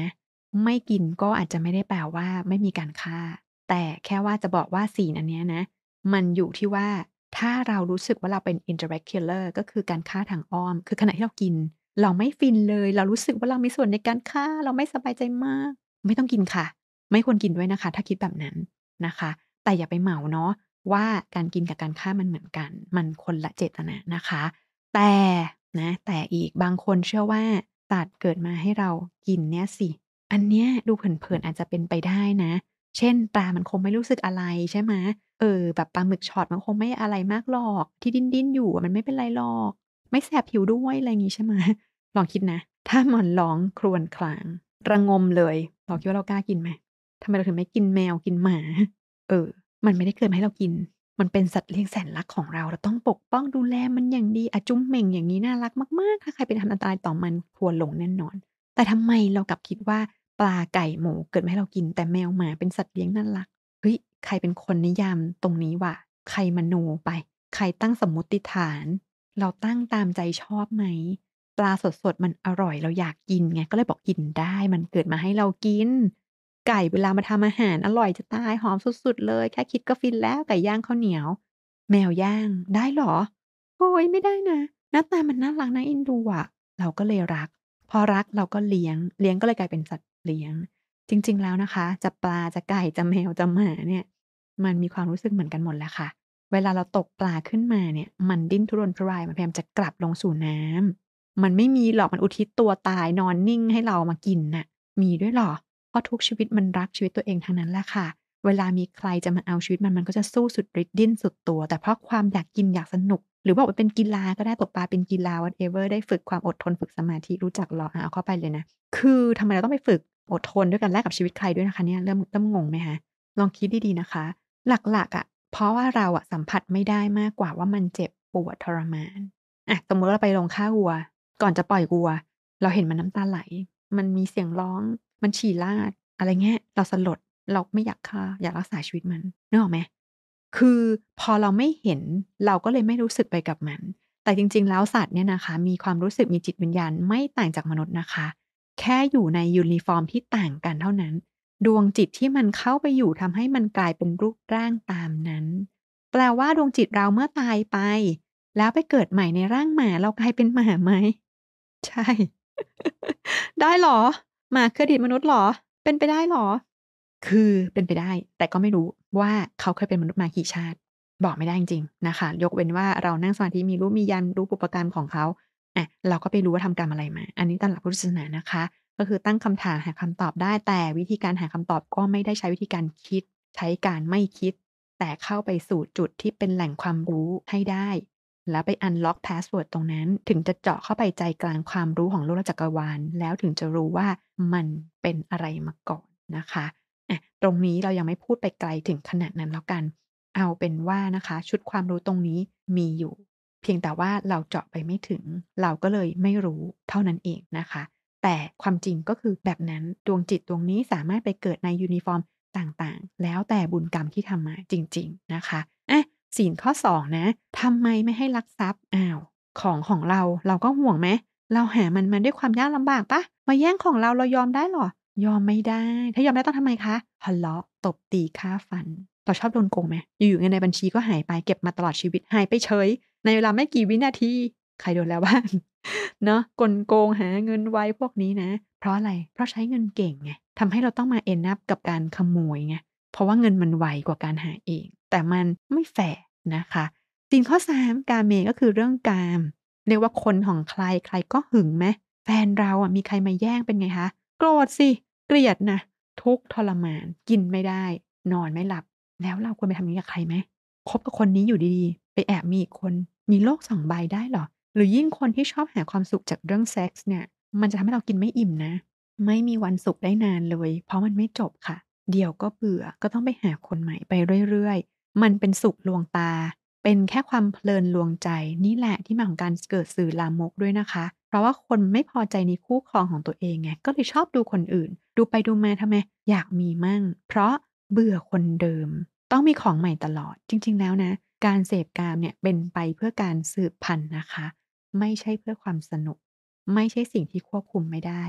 ไม่กินก็อาจจะไม่ได้แปลว่าไม่มีการฆ่าแต่แค่ว่าจะบอกว่าศีลอันเนี้ยนะมันอยู่ที่ว่าถ้าเรารู้สึกว่าเราเป็น indirect killer ก็คือการฆ่าทางอ้อมคือขณะที่เรากินเราไม่ฟินเลยเรารู้สึกว่าเรามีส่วนในการฆ่าเราไม่สบายใจมากไม่ต้องกินค่ะไม่ควรกินด้วยนะคะถ้าคิดแบบนั้นนะคะแต่อย่าไปเหมาเนาะว่าการกินกับการฆ่ามันเหมือนกันมันคนละเจตนานะคะแต่แต่อีกบางคนเชื่อว่าสัตว์เกิดมาให้เรากินเนี่ยสิ อันเนี้ยดูเผินๆอาจจะเป็นไปได้นะ เช่นปลามันคงไม่รู้สึกอะไรใช่ไหมแบบปลาหมึกช็อตมันคงไม่อะไรมากหรอกที่ดิ้นๆอยู่อะมันไม่เป็นไรหรอกไม่แสบผิวด้วยอะไรงี้ใช่ไหมลองคิดนะถ้ามันร้องครวญครางระงมเลยเราคิดว่าเรากล้ากินไหมทำไมเราถึงไม่กินแมวกินหมาเออมันไม่ได้เกิดมาให้เรากินมันเป็นสัตว์เลี้ยงแสนรักของเราเราต้องปกป้องดูแลมันอย่างดีอะจุ๊มเหม่งอย่างงี้น่ารักมากๆถ้าใครไปทำอันตรายต่อมันทัวร์ลงแน่นอน แต่ทำไมเรากลับคิดว่าปลาไก่หมูเกิดมาให้เรากินแต่แมวหมาเป็นสัตว์เลี้ยงน่ารักเฮ้ยใครเป็นคนนิยามตรงนี้วะใครมโนไปใครตั้งสมมุติฐานเราตั้งตามใจชอบไหมปลาสดๆมันอร่อยเราอยากกินไงก็เลยบอกกินได้มันเกิดมาให้เรากินไก่เวลามาทำอาหารอร่อยจะตายหอมสุดๆเลยแค่คิดก็ฟินแล้วไก่ย่างข้าวเหนียวแมวย่างได้เหรอโอ๊ยไม่ได้นะหน้าตามันน่ารักน่าเอ็นดูอะเราก็เลยรัก พอรักเราก็เลี้ยงเลี้ยงก็เลยกลายเป็นสัตว์เลี้ยงจริงๆแล้วนะคะจะปลาจะไก่จะแมวจะหมาเนี่ยมันมีความรู้สึกเหมือนกันหมดแหละค่ะเวลาเราตกปลาขึ้นมาเนี่ยมันดิ้นทุรนทุรายมันพยายามจะกลับลงสู่น้ำมันไม่มีหรอกมันอุทิศตัวตายนอนนิ่งให้เรามากินน่ะมีด้วยเหรอเพราะทุกชีวิตมันรักชีวิตตัวเองทั้งนั้นแหละค่ะเวลามีใครจะมาเอาชีวิตมันก็จะสู้สุดฤทธิ์ดิ้นสุดตัวแต่เพราะความอยากกินอยากสนุก หรือบอกว่าเป็นกีฬาก็ได้ตกปลาเป็นกีฬา whatever ได้ฝึกความอดทนฝึกสมาธิรู้จักรอเอาเข้าไปเลยนะคือทำไมเราต้องไปฝึกอดทนด้วยการแลกกับชีวิตใครด้วยนะคะเนี่ยเริ่มงงไหมคะลองคิดดีๆนะคะหลักๆอะเพราะว่าเราอะสัมผัสไม่ได้มากกว่าว่ามันเจ็บปวดทรมานอะสมมุติว่าเราไปโรงฆ่าวัวก่อนจะปล่อยวัวเราเห็นมันน้ำตาไหลมันมีเสียงร้องมันฉี่ราดอะไรเงี้ยเราสลดเราไม่อยากฆ่าอยากรักษาชีวิตมันนึกออกไหม คือพอเราไม่เห็นเราก็เลยไม่รู้สึกไปกับมันแต่จริงๆแล้วสัตว์เนี่ยนะคะมีความรู้สึกมีจิตวิญญาณไม่ต่างจากมนุษย์นะคะแค่อยู่ในยูนิฟอร์มที่ต่างกันเท่านั้นดวงจิตที่มันเข้าไปอยู่ทำให้มันกลายเป็นรูปร่างตามนั้นแปลว่าดวงจิตเราเมื่อตายไปแล้วไปเกิดใหม่ในร่างหมาเรากลายเป็นหมาไหมใช่ ได้เหรอหมาคืออดีตมนุษย์เหรอเป็นไปได้เหรอคือเป็นไปได้แต่ก็ไม่รู้ว่าเขาเคยเป็นมนุษย์มากี่ชาติบอกไม่ได้จริงๆนะคะยกเว้นว่าเรานั่งสมาธิมีรูปมียันต์รู้บุพกรรมของเขาเราก็ไปรู้ว่าทำกรรมอะไรมาอันนี้ตามหลักพุทธศาสนานะคะก็คือตั้งคำถามหาคำตอบได้แต่วิธีการหาคำตอบก็ไม่ได้ใช้วิธีการคิดใช้การไม่คิดแต่เข้าไปสู่จุดที่เป็นแหล่งความรู้ให้ได้ แล้วไปอันล็อกพาสเวิร์ดตรงนั้นถึงจะเจาะเข้าไปใจกลางความรู้ของโลกและจักรวาลแล้วถึงจะรู้ว่ามันเป็นอะไรมาก่อนนะคะตรงนี้เรายังไม่พูดไปไกลถึงขนาดนั้นแล้วกันเอาเป็นว่านะคะชุดความรู้ตรงนี้มีอยู่เพียงแต่ว่าเราเจาะไปไม่ถึงเราก็เลยไม่รู้เท่านั้นเองนะคะแต่ความจริงก็คือแบบนั้นดวงจิตดวงนี้สามารถไปเกิดในยูนิฟอร์มต่างๆแล้วแต่บุญกรรมที่ทำมาจริงๆนะคะอะ ศีลข้อ2นะทำไมไม่ให้ลักทรัพย์อ้าวของเราเราก็ห่วงไหมเราหามันมาด้วยความยากลำบากเปล่ามาแย่งของเราเรายอมได้เหรอยอมไม่ได้ถ้ายอมได้ต้องทำไมคะทะเลาะตบตีฆ่าฟันเราชอบโดนโกงไหมอยู่ๆเงินในบัญชีก็หายไปเก็บมาตลอดชีวิตหายไปเฉยในเวลาไม่กี่วินาทีใครโดนแล้วบ้างเนาะกลโกงหาเงินไวพวกนี้นะเพราะอะไรเพราะใช้เงินเก่งไงทำให้เราต้องมา end up กับการขโมยไงเพราะว่าเงินมันไวกว่าการหาเองแต่มันไม่แฟร์ นะคะศีลข้อ3กาเมก็คือเรื่องกามเรียกว่าคนของใครใครก็หึงไหมแฟนเราอะมีใครมาแย่งเป็นไงคะโกรธสิเกลียดนะทุกข์ทรมานกินไม่ได้นอนไม่หลับแล้วเราควรไปทำอย่างงี้กับใครไหมคบกับคนนี้อยู่ดีๆไปแอบมีอีกคนมีโลก2ใบได้เหรอหรือยิ่งคนที่ชอบหาความสุขจากเรื่องเซ็กส์เนี่ยมันจะทำให้เรากินไม่อิ่มนะไม่มีวันสุขได้นานเลยเพราะมันไม่จบค่ะเดี๋ยวก็เบื่อก็ต้องไปหาคนใหม่ไปเรื่อยๆ มันเป็นสุขลวงตา เป็นแค่ความเพลินลวงใจนี่แหละที่มาของการเกิดสื่อลามกด้วยนะคะ เพราะว่าคนไม่พอใจในคู่ครองของตัวเองไงก็เลยชอบดูคนอื่น ดูไปดูมาทำไมอยากมีมั่ง เพราะเบื่อคนเดิม ต้องมีของใหม่ตลอด จริงๆแล้วนะการเสพกามเนี่ยเป็นไปเพื่อการสืบพันธุ์นะคะ ไม่ใช่เพื่อความสนุก ไม่ใช่สิ่งที่ควบคุมไม่ได้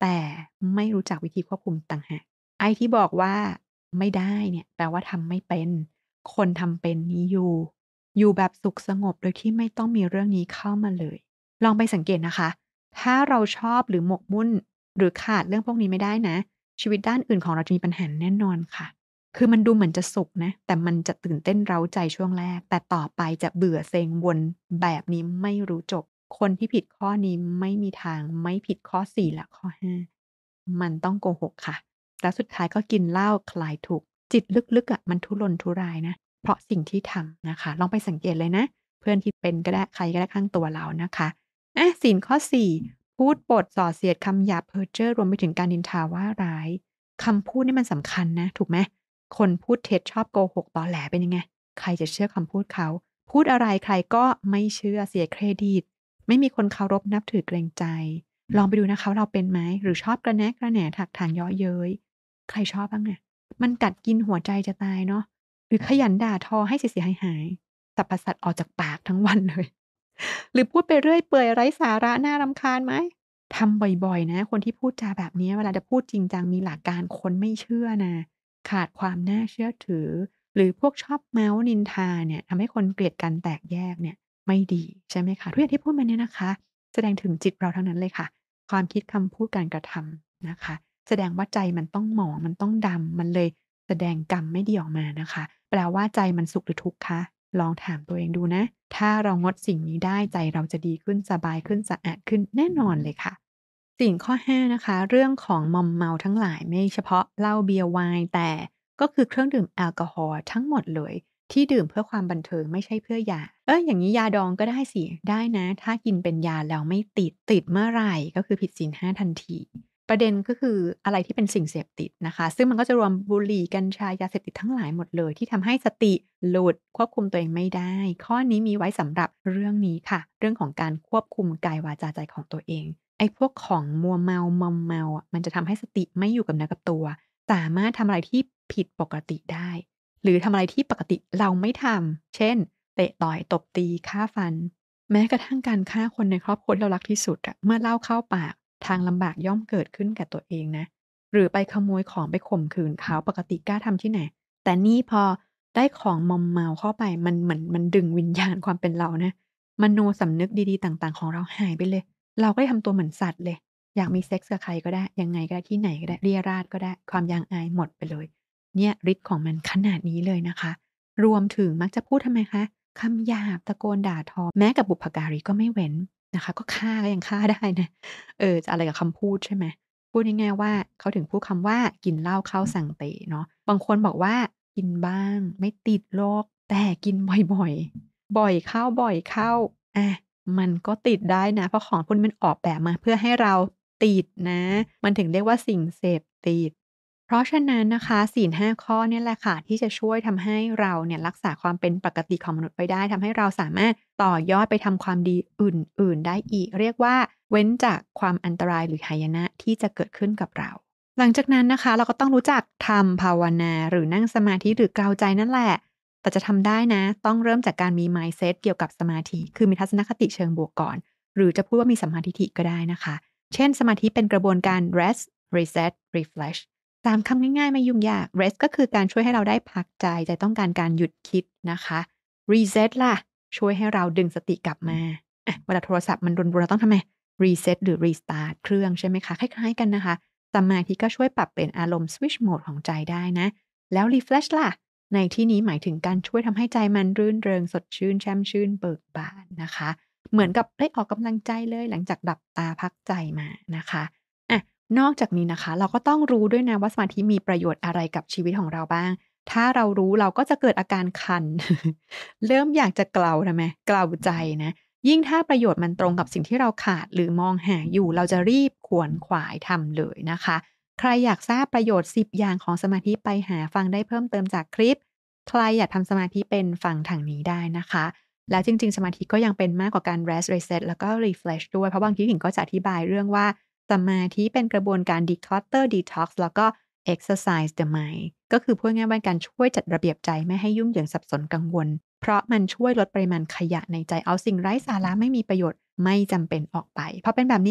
แต่ไม่รู้จักวิธีควบคุมต่างหากไอ้ที่บอกว่าไม่ได้เนี่ยแปลว่าทำไม่เป็นคนทำเป็นนี้อยู่แบบสุขสงบโดยที่ไม่ต้องมีเรื่องนี้เข้ามาเลยลองไปสังเกตนะคะถ้าเราชอบหรือหมกมุ่นหรือขาดเรื่องพวกนี้ไม่ได้นะชีวิตด้านอื่นของเราจะมีปัญหาแน่นอนค่ะคือมันดูเหมือนจะสุขนะแต่มันจะตื่นเต้นเร้าใจช่วงแรกแต่ต่อไปจะเบื่อเซ็งวนแบบนี้ไม่รู้จบคนที่ผิดข้อนี้ไม่มีทางไม่ผิดข้อ4และข้อ5มันต้องโกหกค่ะแล้วสุดท้ายก็กินเหล้าคลายทุกข์จิตลึกๆอะมันทุรนทุรายนะเพราะสิ่งที่ทำนะคะลองไปสังเกตเลยนะเพื่อนที่เป็นก็ได้ใครก็ได้ข้างตัวเรานะคะศีลข้อ4พูดปดส่อเสียดคำหยาบเพ้อเจ้อรวมไปถึงการนินทาว่าร้ายคำพูดนี่มันสำคัญนะถูกไหมคนพูดเท็จชอบโกหกตอแหลเป็นยังไงใครจะเชื่อคำพูดเขาพูดอะไรใครก็ไม่เชื่อเสียเครดิตไม่มีคนเคารพนับถือเกรงใจลองไปดูนะคะว่าเราเป็นไหมหรือชอบกระแนะกระแหน่ถักถางเยาะเย้ยใครชอบบ้างอะมันกัดกินหัวใจจะตายเนาะหรือขยันด่าทอให้เสียหายๆสรรพสัตว์ออกจากปากทั้งวันเลยหรือพูดไปเรื่อยเปื่อยไร้สาระน่ารำคาญไหมทำบ่อยๆนะคนที่พูดจาแบบนี้เวลาจะพูดจริงจังมีหลักการคนไม่เชื่อนะขาดความน่าเชื่อถือหรือพวกชอบเมาท์นินทาเนี่ยทำให้คนเกลียดกันแตกแยกเนี่ยไม่ดีใช่ไหมคะทุกอย่างที่พูดมาเนี่ยนะคะแสดงถึงจิตเราทั้งนั้นเลยค่ะความคิดคำพูดการกระทำนะคะแสดงว่าใจมันต้องหมองมันต้องดำมันเลยแสดงกรรมไม่ดีออกมานะคะแปลว่าใจมันสุขหรือทุกข์คะลองถามตัวเองดูนะถ้าเรางดสิ่งนี้ได้ใจเราจะดีขึ้นสบายขึ้นสะอาดขึ้นแน่นอนเลยค่ะสิ่งข้อ5นะคะเรื่องของมอมเมาทั้งหลายไม่เฉพาะเหล้าเบียร์ไวน์แต่ก็คือเครื่องดื่มแอลกอฮอล์ทั้งหมดเลยที่ดื่มเพื่อความบันเทิงไม่ใช่เพื่อยาอย่างงี้ยาดองก็ได้สิได้นะถ้ากินเป็นยาแล้วไม่ติดเมื่อไรก็คือผิดศีล5ทันทีประเด็นก็คืออะไรที่เป็นสิ่งเสพติดนะคะซึ่งมันก็จะรวมบุหรี่กัญชายาเสพติดทั้งหลายหมดเลยที่ทำให้สติหลุดควบคุมตัวเองไม่ได้ข้อนี้มีไว้สำหรับเรื่องนี้ค่ะเรื่องของการควบคุมกายวาจาใจของตัวเองไอ้พวกของมัวเมามอมเมาอะมันจะทำให้สติไม่อยู่กับเนื้อกับตัวสามารถทำอะไรที่ผิดปกติได้หรือทำอะไรที่ปกติเราไม่ทำเช่นเตะต่อยตบตีฆ่าฟันแม้กระทั่งการฆ่าคนในครอบครัวที่เรารักที่สุดอะเมื่อเหล้าเข้าปากทางลำบากย่อมเกิดขึ้นแก่ตัวเองนะหรือไปขโมยของไปข่มขืนเขาปกติกล้าทำที่ไหนแต่นี่พอได้ของมอมเมาเข้าไปมันเหมือนมันดึงวิญญาณความเป็นเรานะมโนสำนึกดีๆต่างๆของเราหายไปเลยเราก็เลยทำตัวเหมือนสัตว์เลยอยากมีเซ็กส์กับใครก็ได้ยังไงก็ได้ที่ไหนก็ได้เรี่ยราดก็ได้ความยางอายหมดไปเลยเนี่ยฤทธิ์ของมันขนาดนี้เลยนะคะรวมถึงมักจะพูดทำไมคะคำหยาบตะโกนด่าทอแม้กับบุพการีก็ไม่เว้นนะคะก็ฆ่าก็ยังฆ่าได้นะจะอะไรกับคำพูดใช่ไหมพูดง่ายๆว่าเขาถึงพูดคำว่ากินเหล้าเข้าสังเตเนาะบางคนบอกว่ากินบ้างไม่ติดหรอกแต่กินบ่อยๆบ่อยเข้าอามันก็ติดได้นะเพราะของพวกนี้มันออกแบบมาเพื่อให้เราติดนะมันถึงเรียกว่าสิ่งเสพติด เพราะฉะนั้นนะคะศีล5ข้อเนี่ยแหละค่ะที่จะช่วยทำให้เราเนี่ยรักษาความเป็นปกติของมนุษย์ไว้ได้ทำให้เราสามารถต่อยอดไปทำความดีอื่นๆได้อีกเรียกว่าเว้นจากความอันตรายหรือหายนะที่จะเกิดขึ้นกับเราหลังจากนั้นนะคะเราก็ต้องรู้จักทำภาวนาหรือนั่งสมาธิหรือเกลาใจนั่นแหละแต่จะทำได้นะต้องเริ่มจากการมี mindset เกี่ยวกับสมาธิคือมีทัศนคติเชิงบวกก่อนหรือจะพูดว่ามีสัมมาทิฏฐิก็ได้นะคะเช่นสมาธิเป็นกระบวนการ rest reset refresh 3คำง่ายๆไม่ยุ่งยาก rest ก็คือการช่วยให้เราได้พักใจต้องการการหยุดคิดนะคะ reset ล่ะช่วยให้เราดึงสติกลับมาเวลาโทรศัพท์มันรวนๆเราต้องทำไง reset หรือ restart เครื่องใช่ไหมคะคล้ายๆกันนะคะสมาธิก็ช่วยปรับเปลี่ยนอารมณ์ switch mode ของใจได้นะแล้ว refresh ล่ะในที่นี้หมายถึงการช่วยทำให้ใจมันรื่นเริงสดชื่นแช่มชื่นเบิกบานนะคะเหมือนกับได้ออกกำลังใจเลยหลังจากหลับตาพักใจมานะคะอะ นอกจากนี้นะคะเราก็ต้องรู้ด้วยนะว่าสมาธิมีประโยชน์อะไรกับชีวิตของเราบ้าง ถ้าเรารู้เราก็จะเกิดอาการคัน เริ่มอยากจะเกลาทำไมเกลาใจนะยิ่งถ้าประโยชน์มันตรงกับสิ่งที่เราขาดหรือมองหาอยู่เราจะรีบขวนขวายทำเลยนะคะใครอยากทราบประโยชน์10อย่างของสมาธิไปหาฟังได้เพิ่มเติมจากคลิปใครอยากทำสมาธิเป็นฟังทางนี้ได้นะคะแล้วจริงๆสมาธิก็ยังเป็นมากกว่าการ rest reset แล้วก็ refresh ด้วยเพราะบางทีหญิงก็จะอธิบายเรื่องว่า สมาธิเป็นกระบวนการ declutter detox แล้วก็ exercise the mind ก็คือพูดง่ายๆว่าการช่วยจัดระเบียบใจไม่ให้ยุ่งเหยิงสับสนกังวลเพราะมันช่วยลดปริมาณขยะในใจเอาสิ่งไร้สาระไม่มีประโยชน์ไม่จำเป็นออกไปพอเป็นแบบนี้ปุ๊บ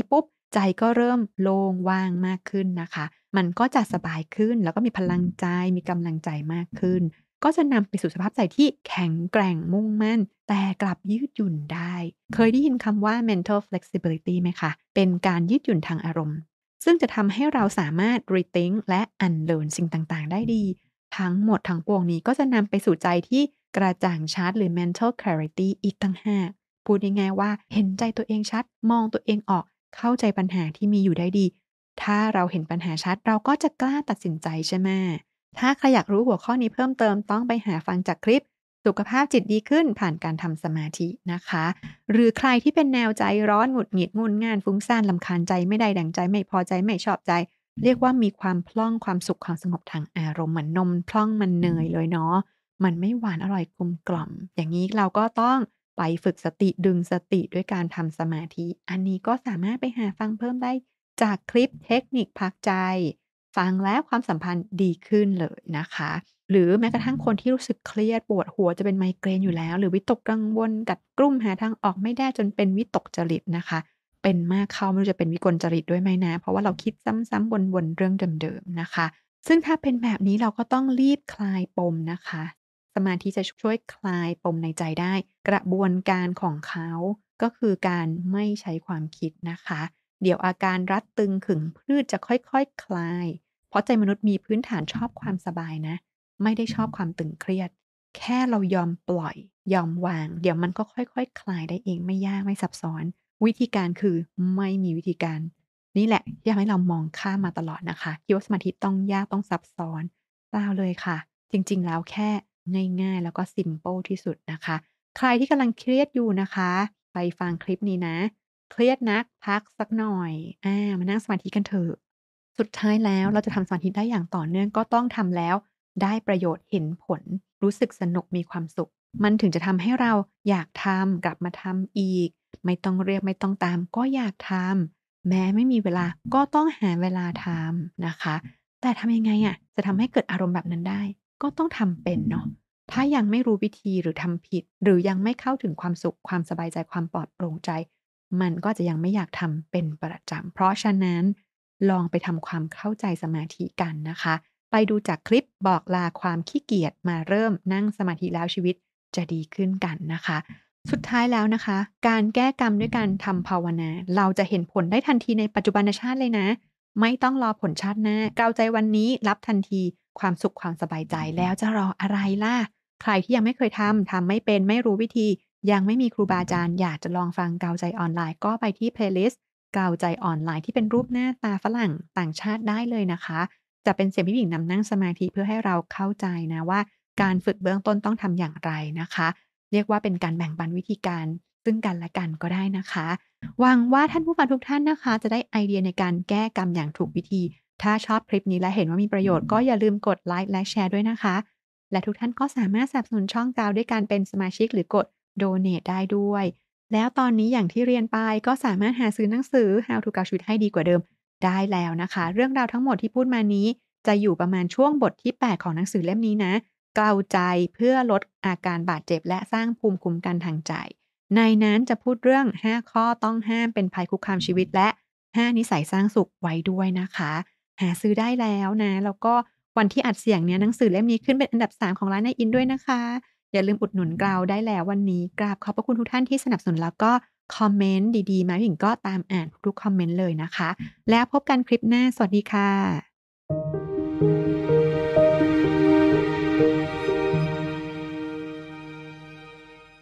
ใจก็เริ่มโล่งว่างมากขึ้นนะคะมันก็จะสบายขึ้นแล้วก็มีพลังใจมีกำลังใจมากขึ้นก็จะนำไปสู่สภาพใจที่แข็งแกร่งมุ่งมั่นแต่กลับยืดหยุ่นได้เคยได้ยินคำว่า mental flexibility ไหมคะเป็นการยืดหยุ่นทางอารมณ์ซึ่งจะทำให้เราสามารถ rethink และ unlearn สิ่งต่างๆได้ดีทั้งหมดทั้งปวงนี้ก็จะนำไปสู่ใจที่กระจ่างชัดหรือ mental clarity อีกต่างหาก พูดง่ายๆว่าเห็นใจตัวเองชัดมองตัวเองออกเข้าใจปัญหาที่มีอยู่ได้ดีถ้าเราเห็นปัญหาชัดเราก็จะกล้าตัดสินใจใช่ไหมถ้าใครอยากรู้หัวข้อนี้เพิ่มเติมต้องไปหาฟังจากคลิปสุขภาพจิตดีขึ้นผ่านการทำสมาธินะคะหรือใครที่เป็นแนวใจร้อนหงุดหงิดงุนง่านฟุ้งซ่านรำคาญใจไม่ได้ดั่งใจไม่พอใจไม่ชอบใจเรียกว่ามีความพล่องความสุขความสงบทางอารมณ์เหมือนนมพร่องมันเนยเลยเนาะมันไม่หวานอร่อยกลมกล่อมอย่างนี้เราก็ต้อง ไปฝึกสติดึงสติด้วยการทำสมาธิอันนี้ก็สามารถไปหาฟังเพิ่มได้จากคลิปเทคนิคพักใจฟังแล้วความสัมพันธ์ดีขึ้นเลยนะคะหรือแม้กระทั่งคนที่รู้สึกเครียดปวดหัวจะเป็นไมเกรนอยู่แล้วหรือวิตกกังวลกัดกรุ่มหาทางออกไม่ได้จนเป็นวิตกจริตนะคะเป็นมากเข้าไม่รู้จะเป็นวิกลจริตด้วยไหมนะเพราะว่าเราคิดซ้ำๆวนๆเรื่องเดิมๆนะคะซึ่งถ้าเป็นแบบนี้เราก็ต้องรีบคลายปมนะคะ สมาธิจะช่วยคลายปมในใจได้กระบวนการของเขาก็คือการไม่ใช้ความคิดนะคะเดี๋ยวอาการรัดตึงขึงพืชจะค่อยๆคลายเพราะใจมนุษย์มีพื้นฐานชอบความสบายนะไม่ได้ชอบความตึงเครียดแค่เรายอมปล่อยยอมวางเดี๋ยวมันก็ค่อยๆคลายได้เองไม่ยากไม่ซับซ้อนวิธีการคือไม่มีวิธีการนี่แหละที่ทำให้เรามองข้ามมาตลอดนะคะคิดว่าสมาธิต้องยากต้องซับซ้อนเปล่าเลยค่ะ จริงๆ แล้วแค่ง่ายๆ แล้วก็ซิมเปิลที่สุดนะคะ ใครที่กำลังเครียดอยู่นะคะไปฟังคลิปนี้นะเครียดนักพักสักหน่อยมานั่งสมาธิกันเถอะสุดท้ายแล้วเราจะทำสมาธิได้อย่างต่อเนื่องก็ต้องทำแล้วได้ประโยชน์เห็นผลรู้สึกสนุกมีความสุขมันถึงจะทำให้เราอยากทำกลับมาทำอีกไม่ต้องเรียกไม่ต้องตามก็อยากทำแม้ไม่มีเวลาก็ต้องหาเวลาทำนะคะแต่ทำยังไงอะจะทำให้เกิดอารมณ์แบบนั้นได้ ก็ต้องทำเป็นเนาะถ้ายังไม่รู้วิธีหรือทำผิดหรือยังไม่เข้าถึงความสุขความสบายใจความปลอดโปร่งใจมันก็จะยังไม่อยากทำเป็นประจำเพราะฉะนั้นลองไปทำความเข้าใจสมาธิกันนะคะไปดูจากคลิปบอกลาความขี้เกียจมาเริ่มนั่งสมาธิแล้วชีวิตจะดีขึ้นกันนะคะสุดท้ายแล้วนะคะการแก้กรรมด้วยการทำภาวนาเราจะเห็นผลได้ทันทีในปัจจุบันชาติเลยนะ ไม่ต้องรอผลชาติหน้ากาวใจวันนี้รับทันทีความสุขความสบายใจแล้วจะรออะไรล่ะใครที่ยังไม่เคยทำไม่เป็นไม่รู้วิธียังไม่มีครูบาอาจารย์อยากจะลองฟังกาวใจออนไลน์ก็ไปที่เพลย์ลิสต์กาวใจออนไลน์ที่เป็นรูปหน้าตาฝรั่งต่างชาติได้เลยนะคะจะเป็นเสียงพี่หญิงนำนั่งสมาธิเพื่อให้เราเข้าใจนะว่าการฝึกเบื้องต้นต้องทำอย่างไรนะคะเรียกว่าเป็นการแบ่งปันวิธีการซึ่งกันและกันก็ได้นะคะ หวังว่าท่านผู้ฟังทุกท่านนะคะจะได้ไอเดียในการแก้กรรมอย่างถูกวิธี ถ้าชอบคลิปนี้และเห็นว่ามีประโยชน์ก็อย่าลืมกดไลค์และแชร์ด้วยนะคะ และทุกท่านก็สามารถสนับสนุนช่องกาวด้วยการเป็นสมาชิกหรือกด Donate ได้ด้วย แล้วตอนนี้อย่างที่เรียนไปก็สามารถหาซื้อหนังสือ How to กาวชีวิตให้ดีกว่าเดิมได้แล้วนะคะ เรื่องราวทั้งหมดที่พูดมานี้จะอยู่ประมาณช่วงบทที่8ของหนังสือเล่มนี้นะเกลาใจเพื่อลดอาการบาดเจ็บและสร้างภูมิคุ้มกันทางใจ ในนั้นจะพูดเรื่อง5ข้อต้องห้ามเป็นภัยคุกคามชีวิตและ5นิสัยสร้างสุขไว้ด้วยนะคะหาซื้อได้แล้วนะแล้วก็วันที่อัดเสียงเนี่ยหนังสือเล่มนี้ขึ้นเป็นอันดับ3ของร้านในอินด้วยนะคะอย่าลืมอุดหนุนเราได้แล้ววันนี้กราบขอบพระคุณทุกท่านที่สนับสนุนแล้วก็คอมเมนต์ดีๆมาพี่หญิงก็ตามอ่านทุกๆคอมเมนต์เลยนะคะแล้วพบกันคลิปหน้าสวัสดีค่ะ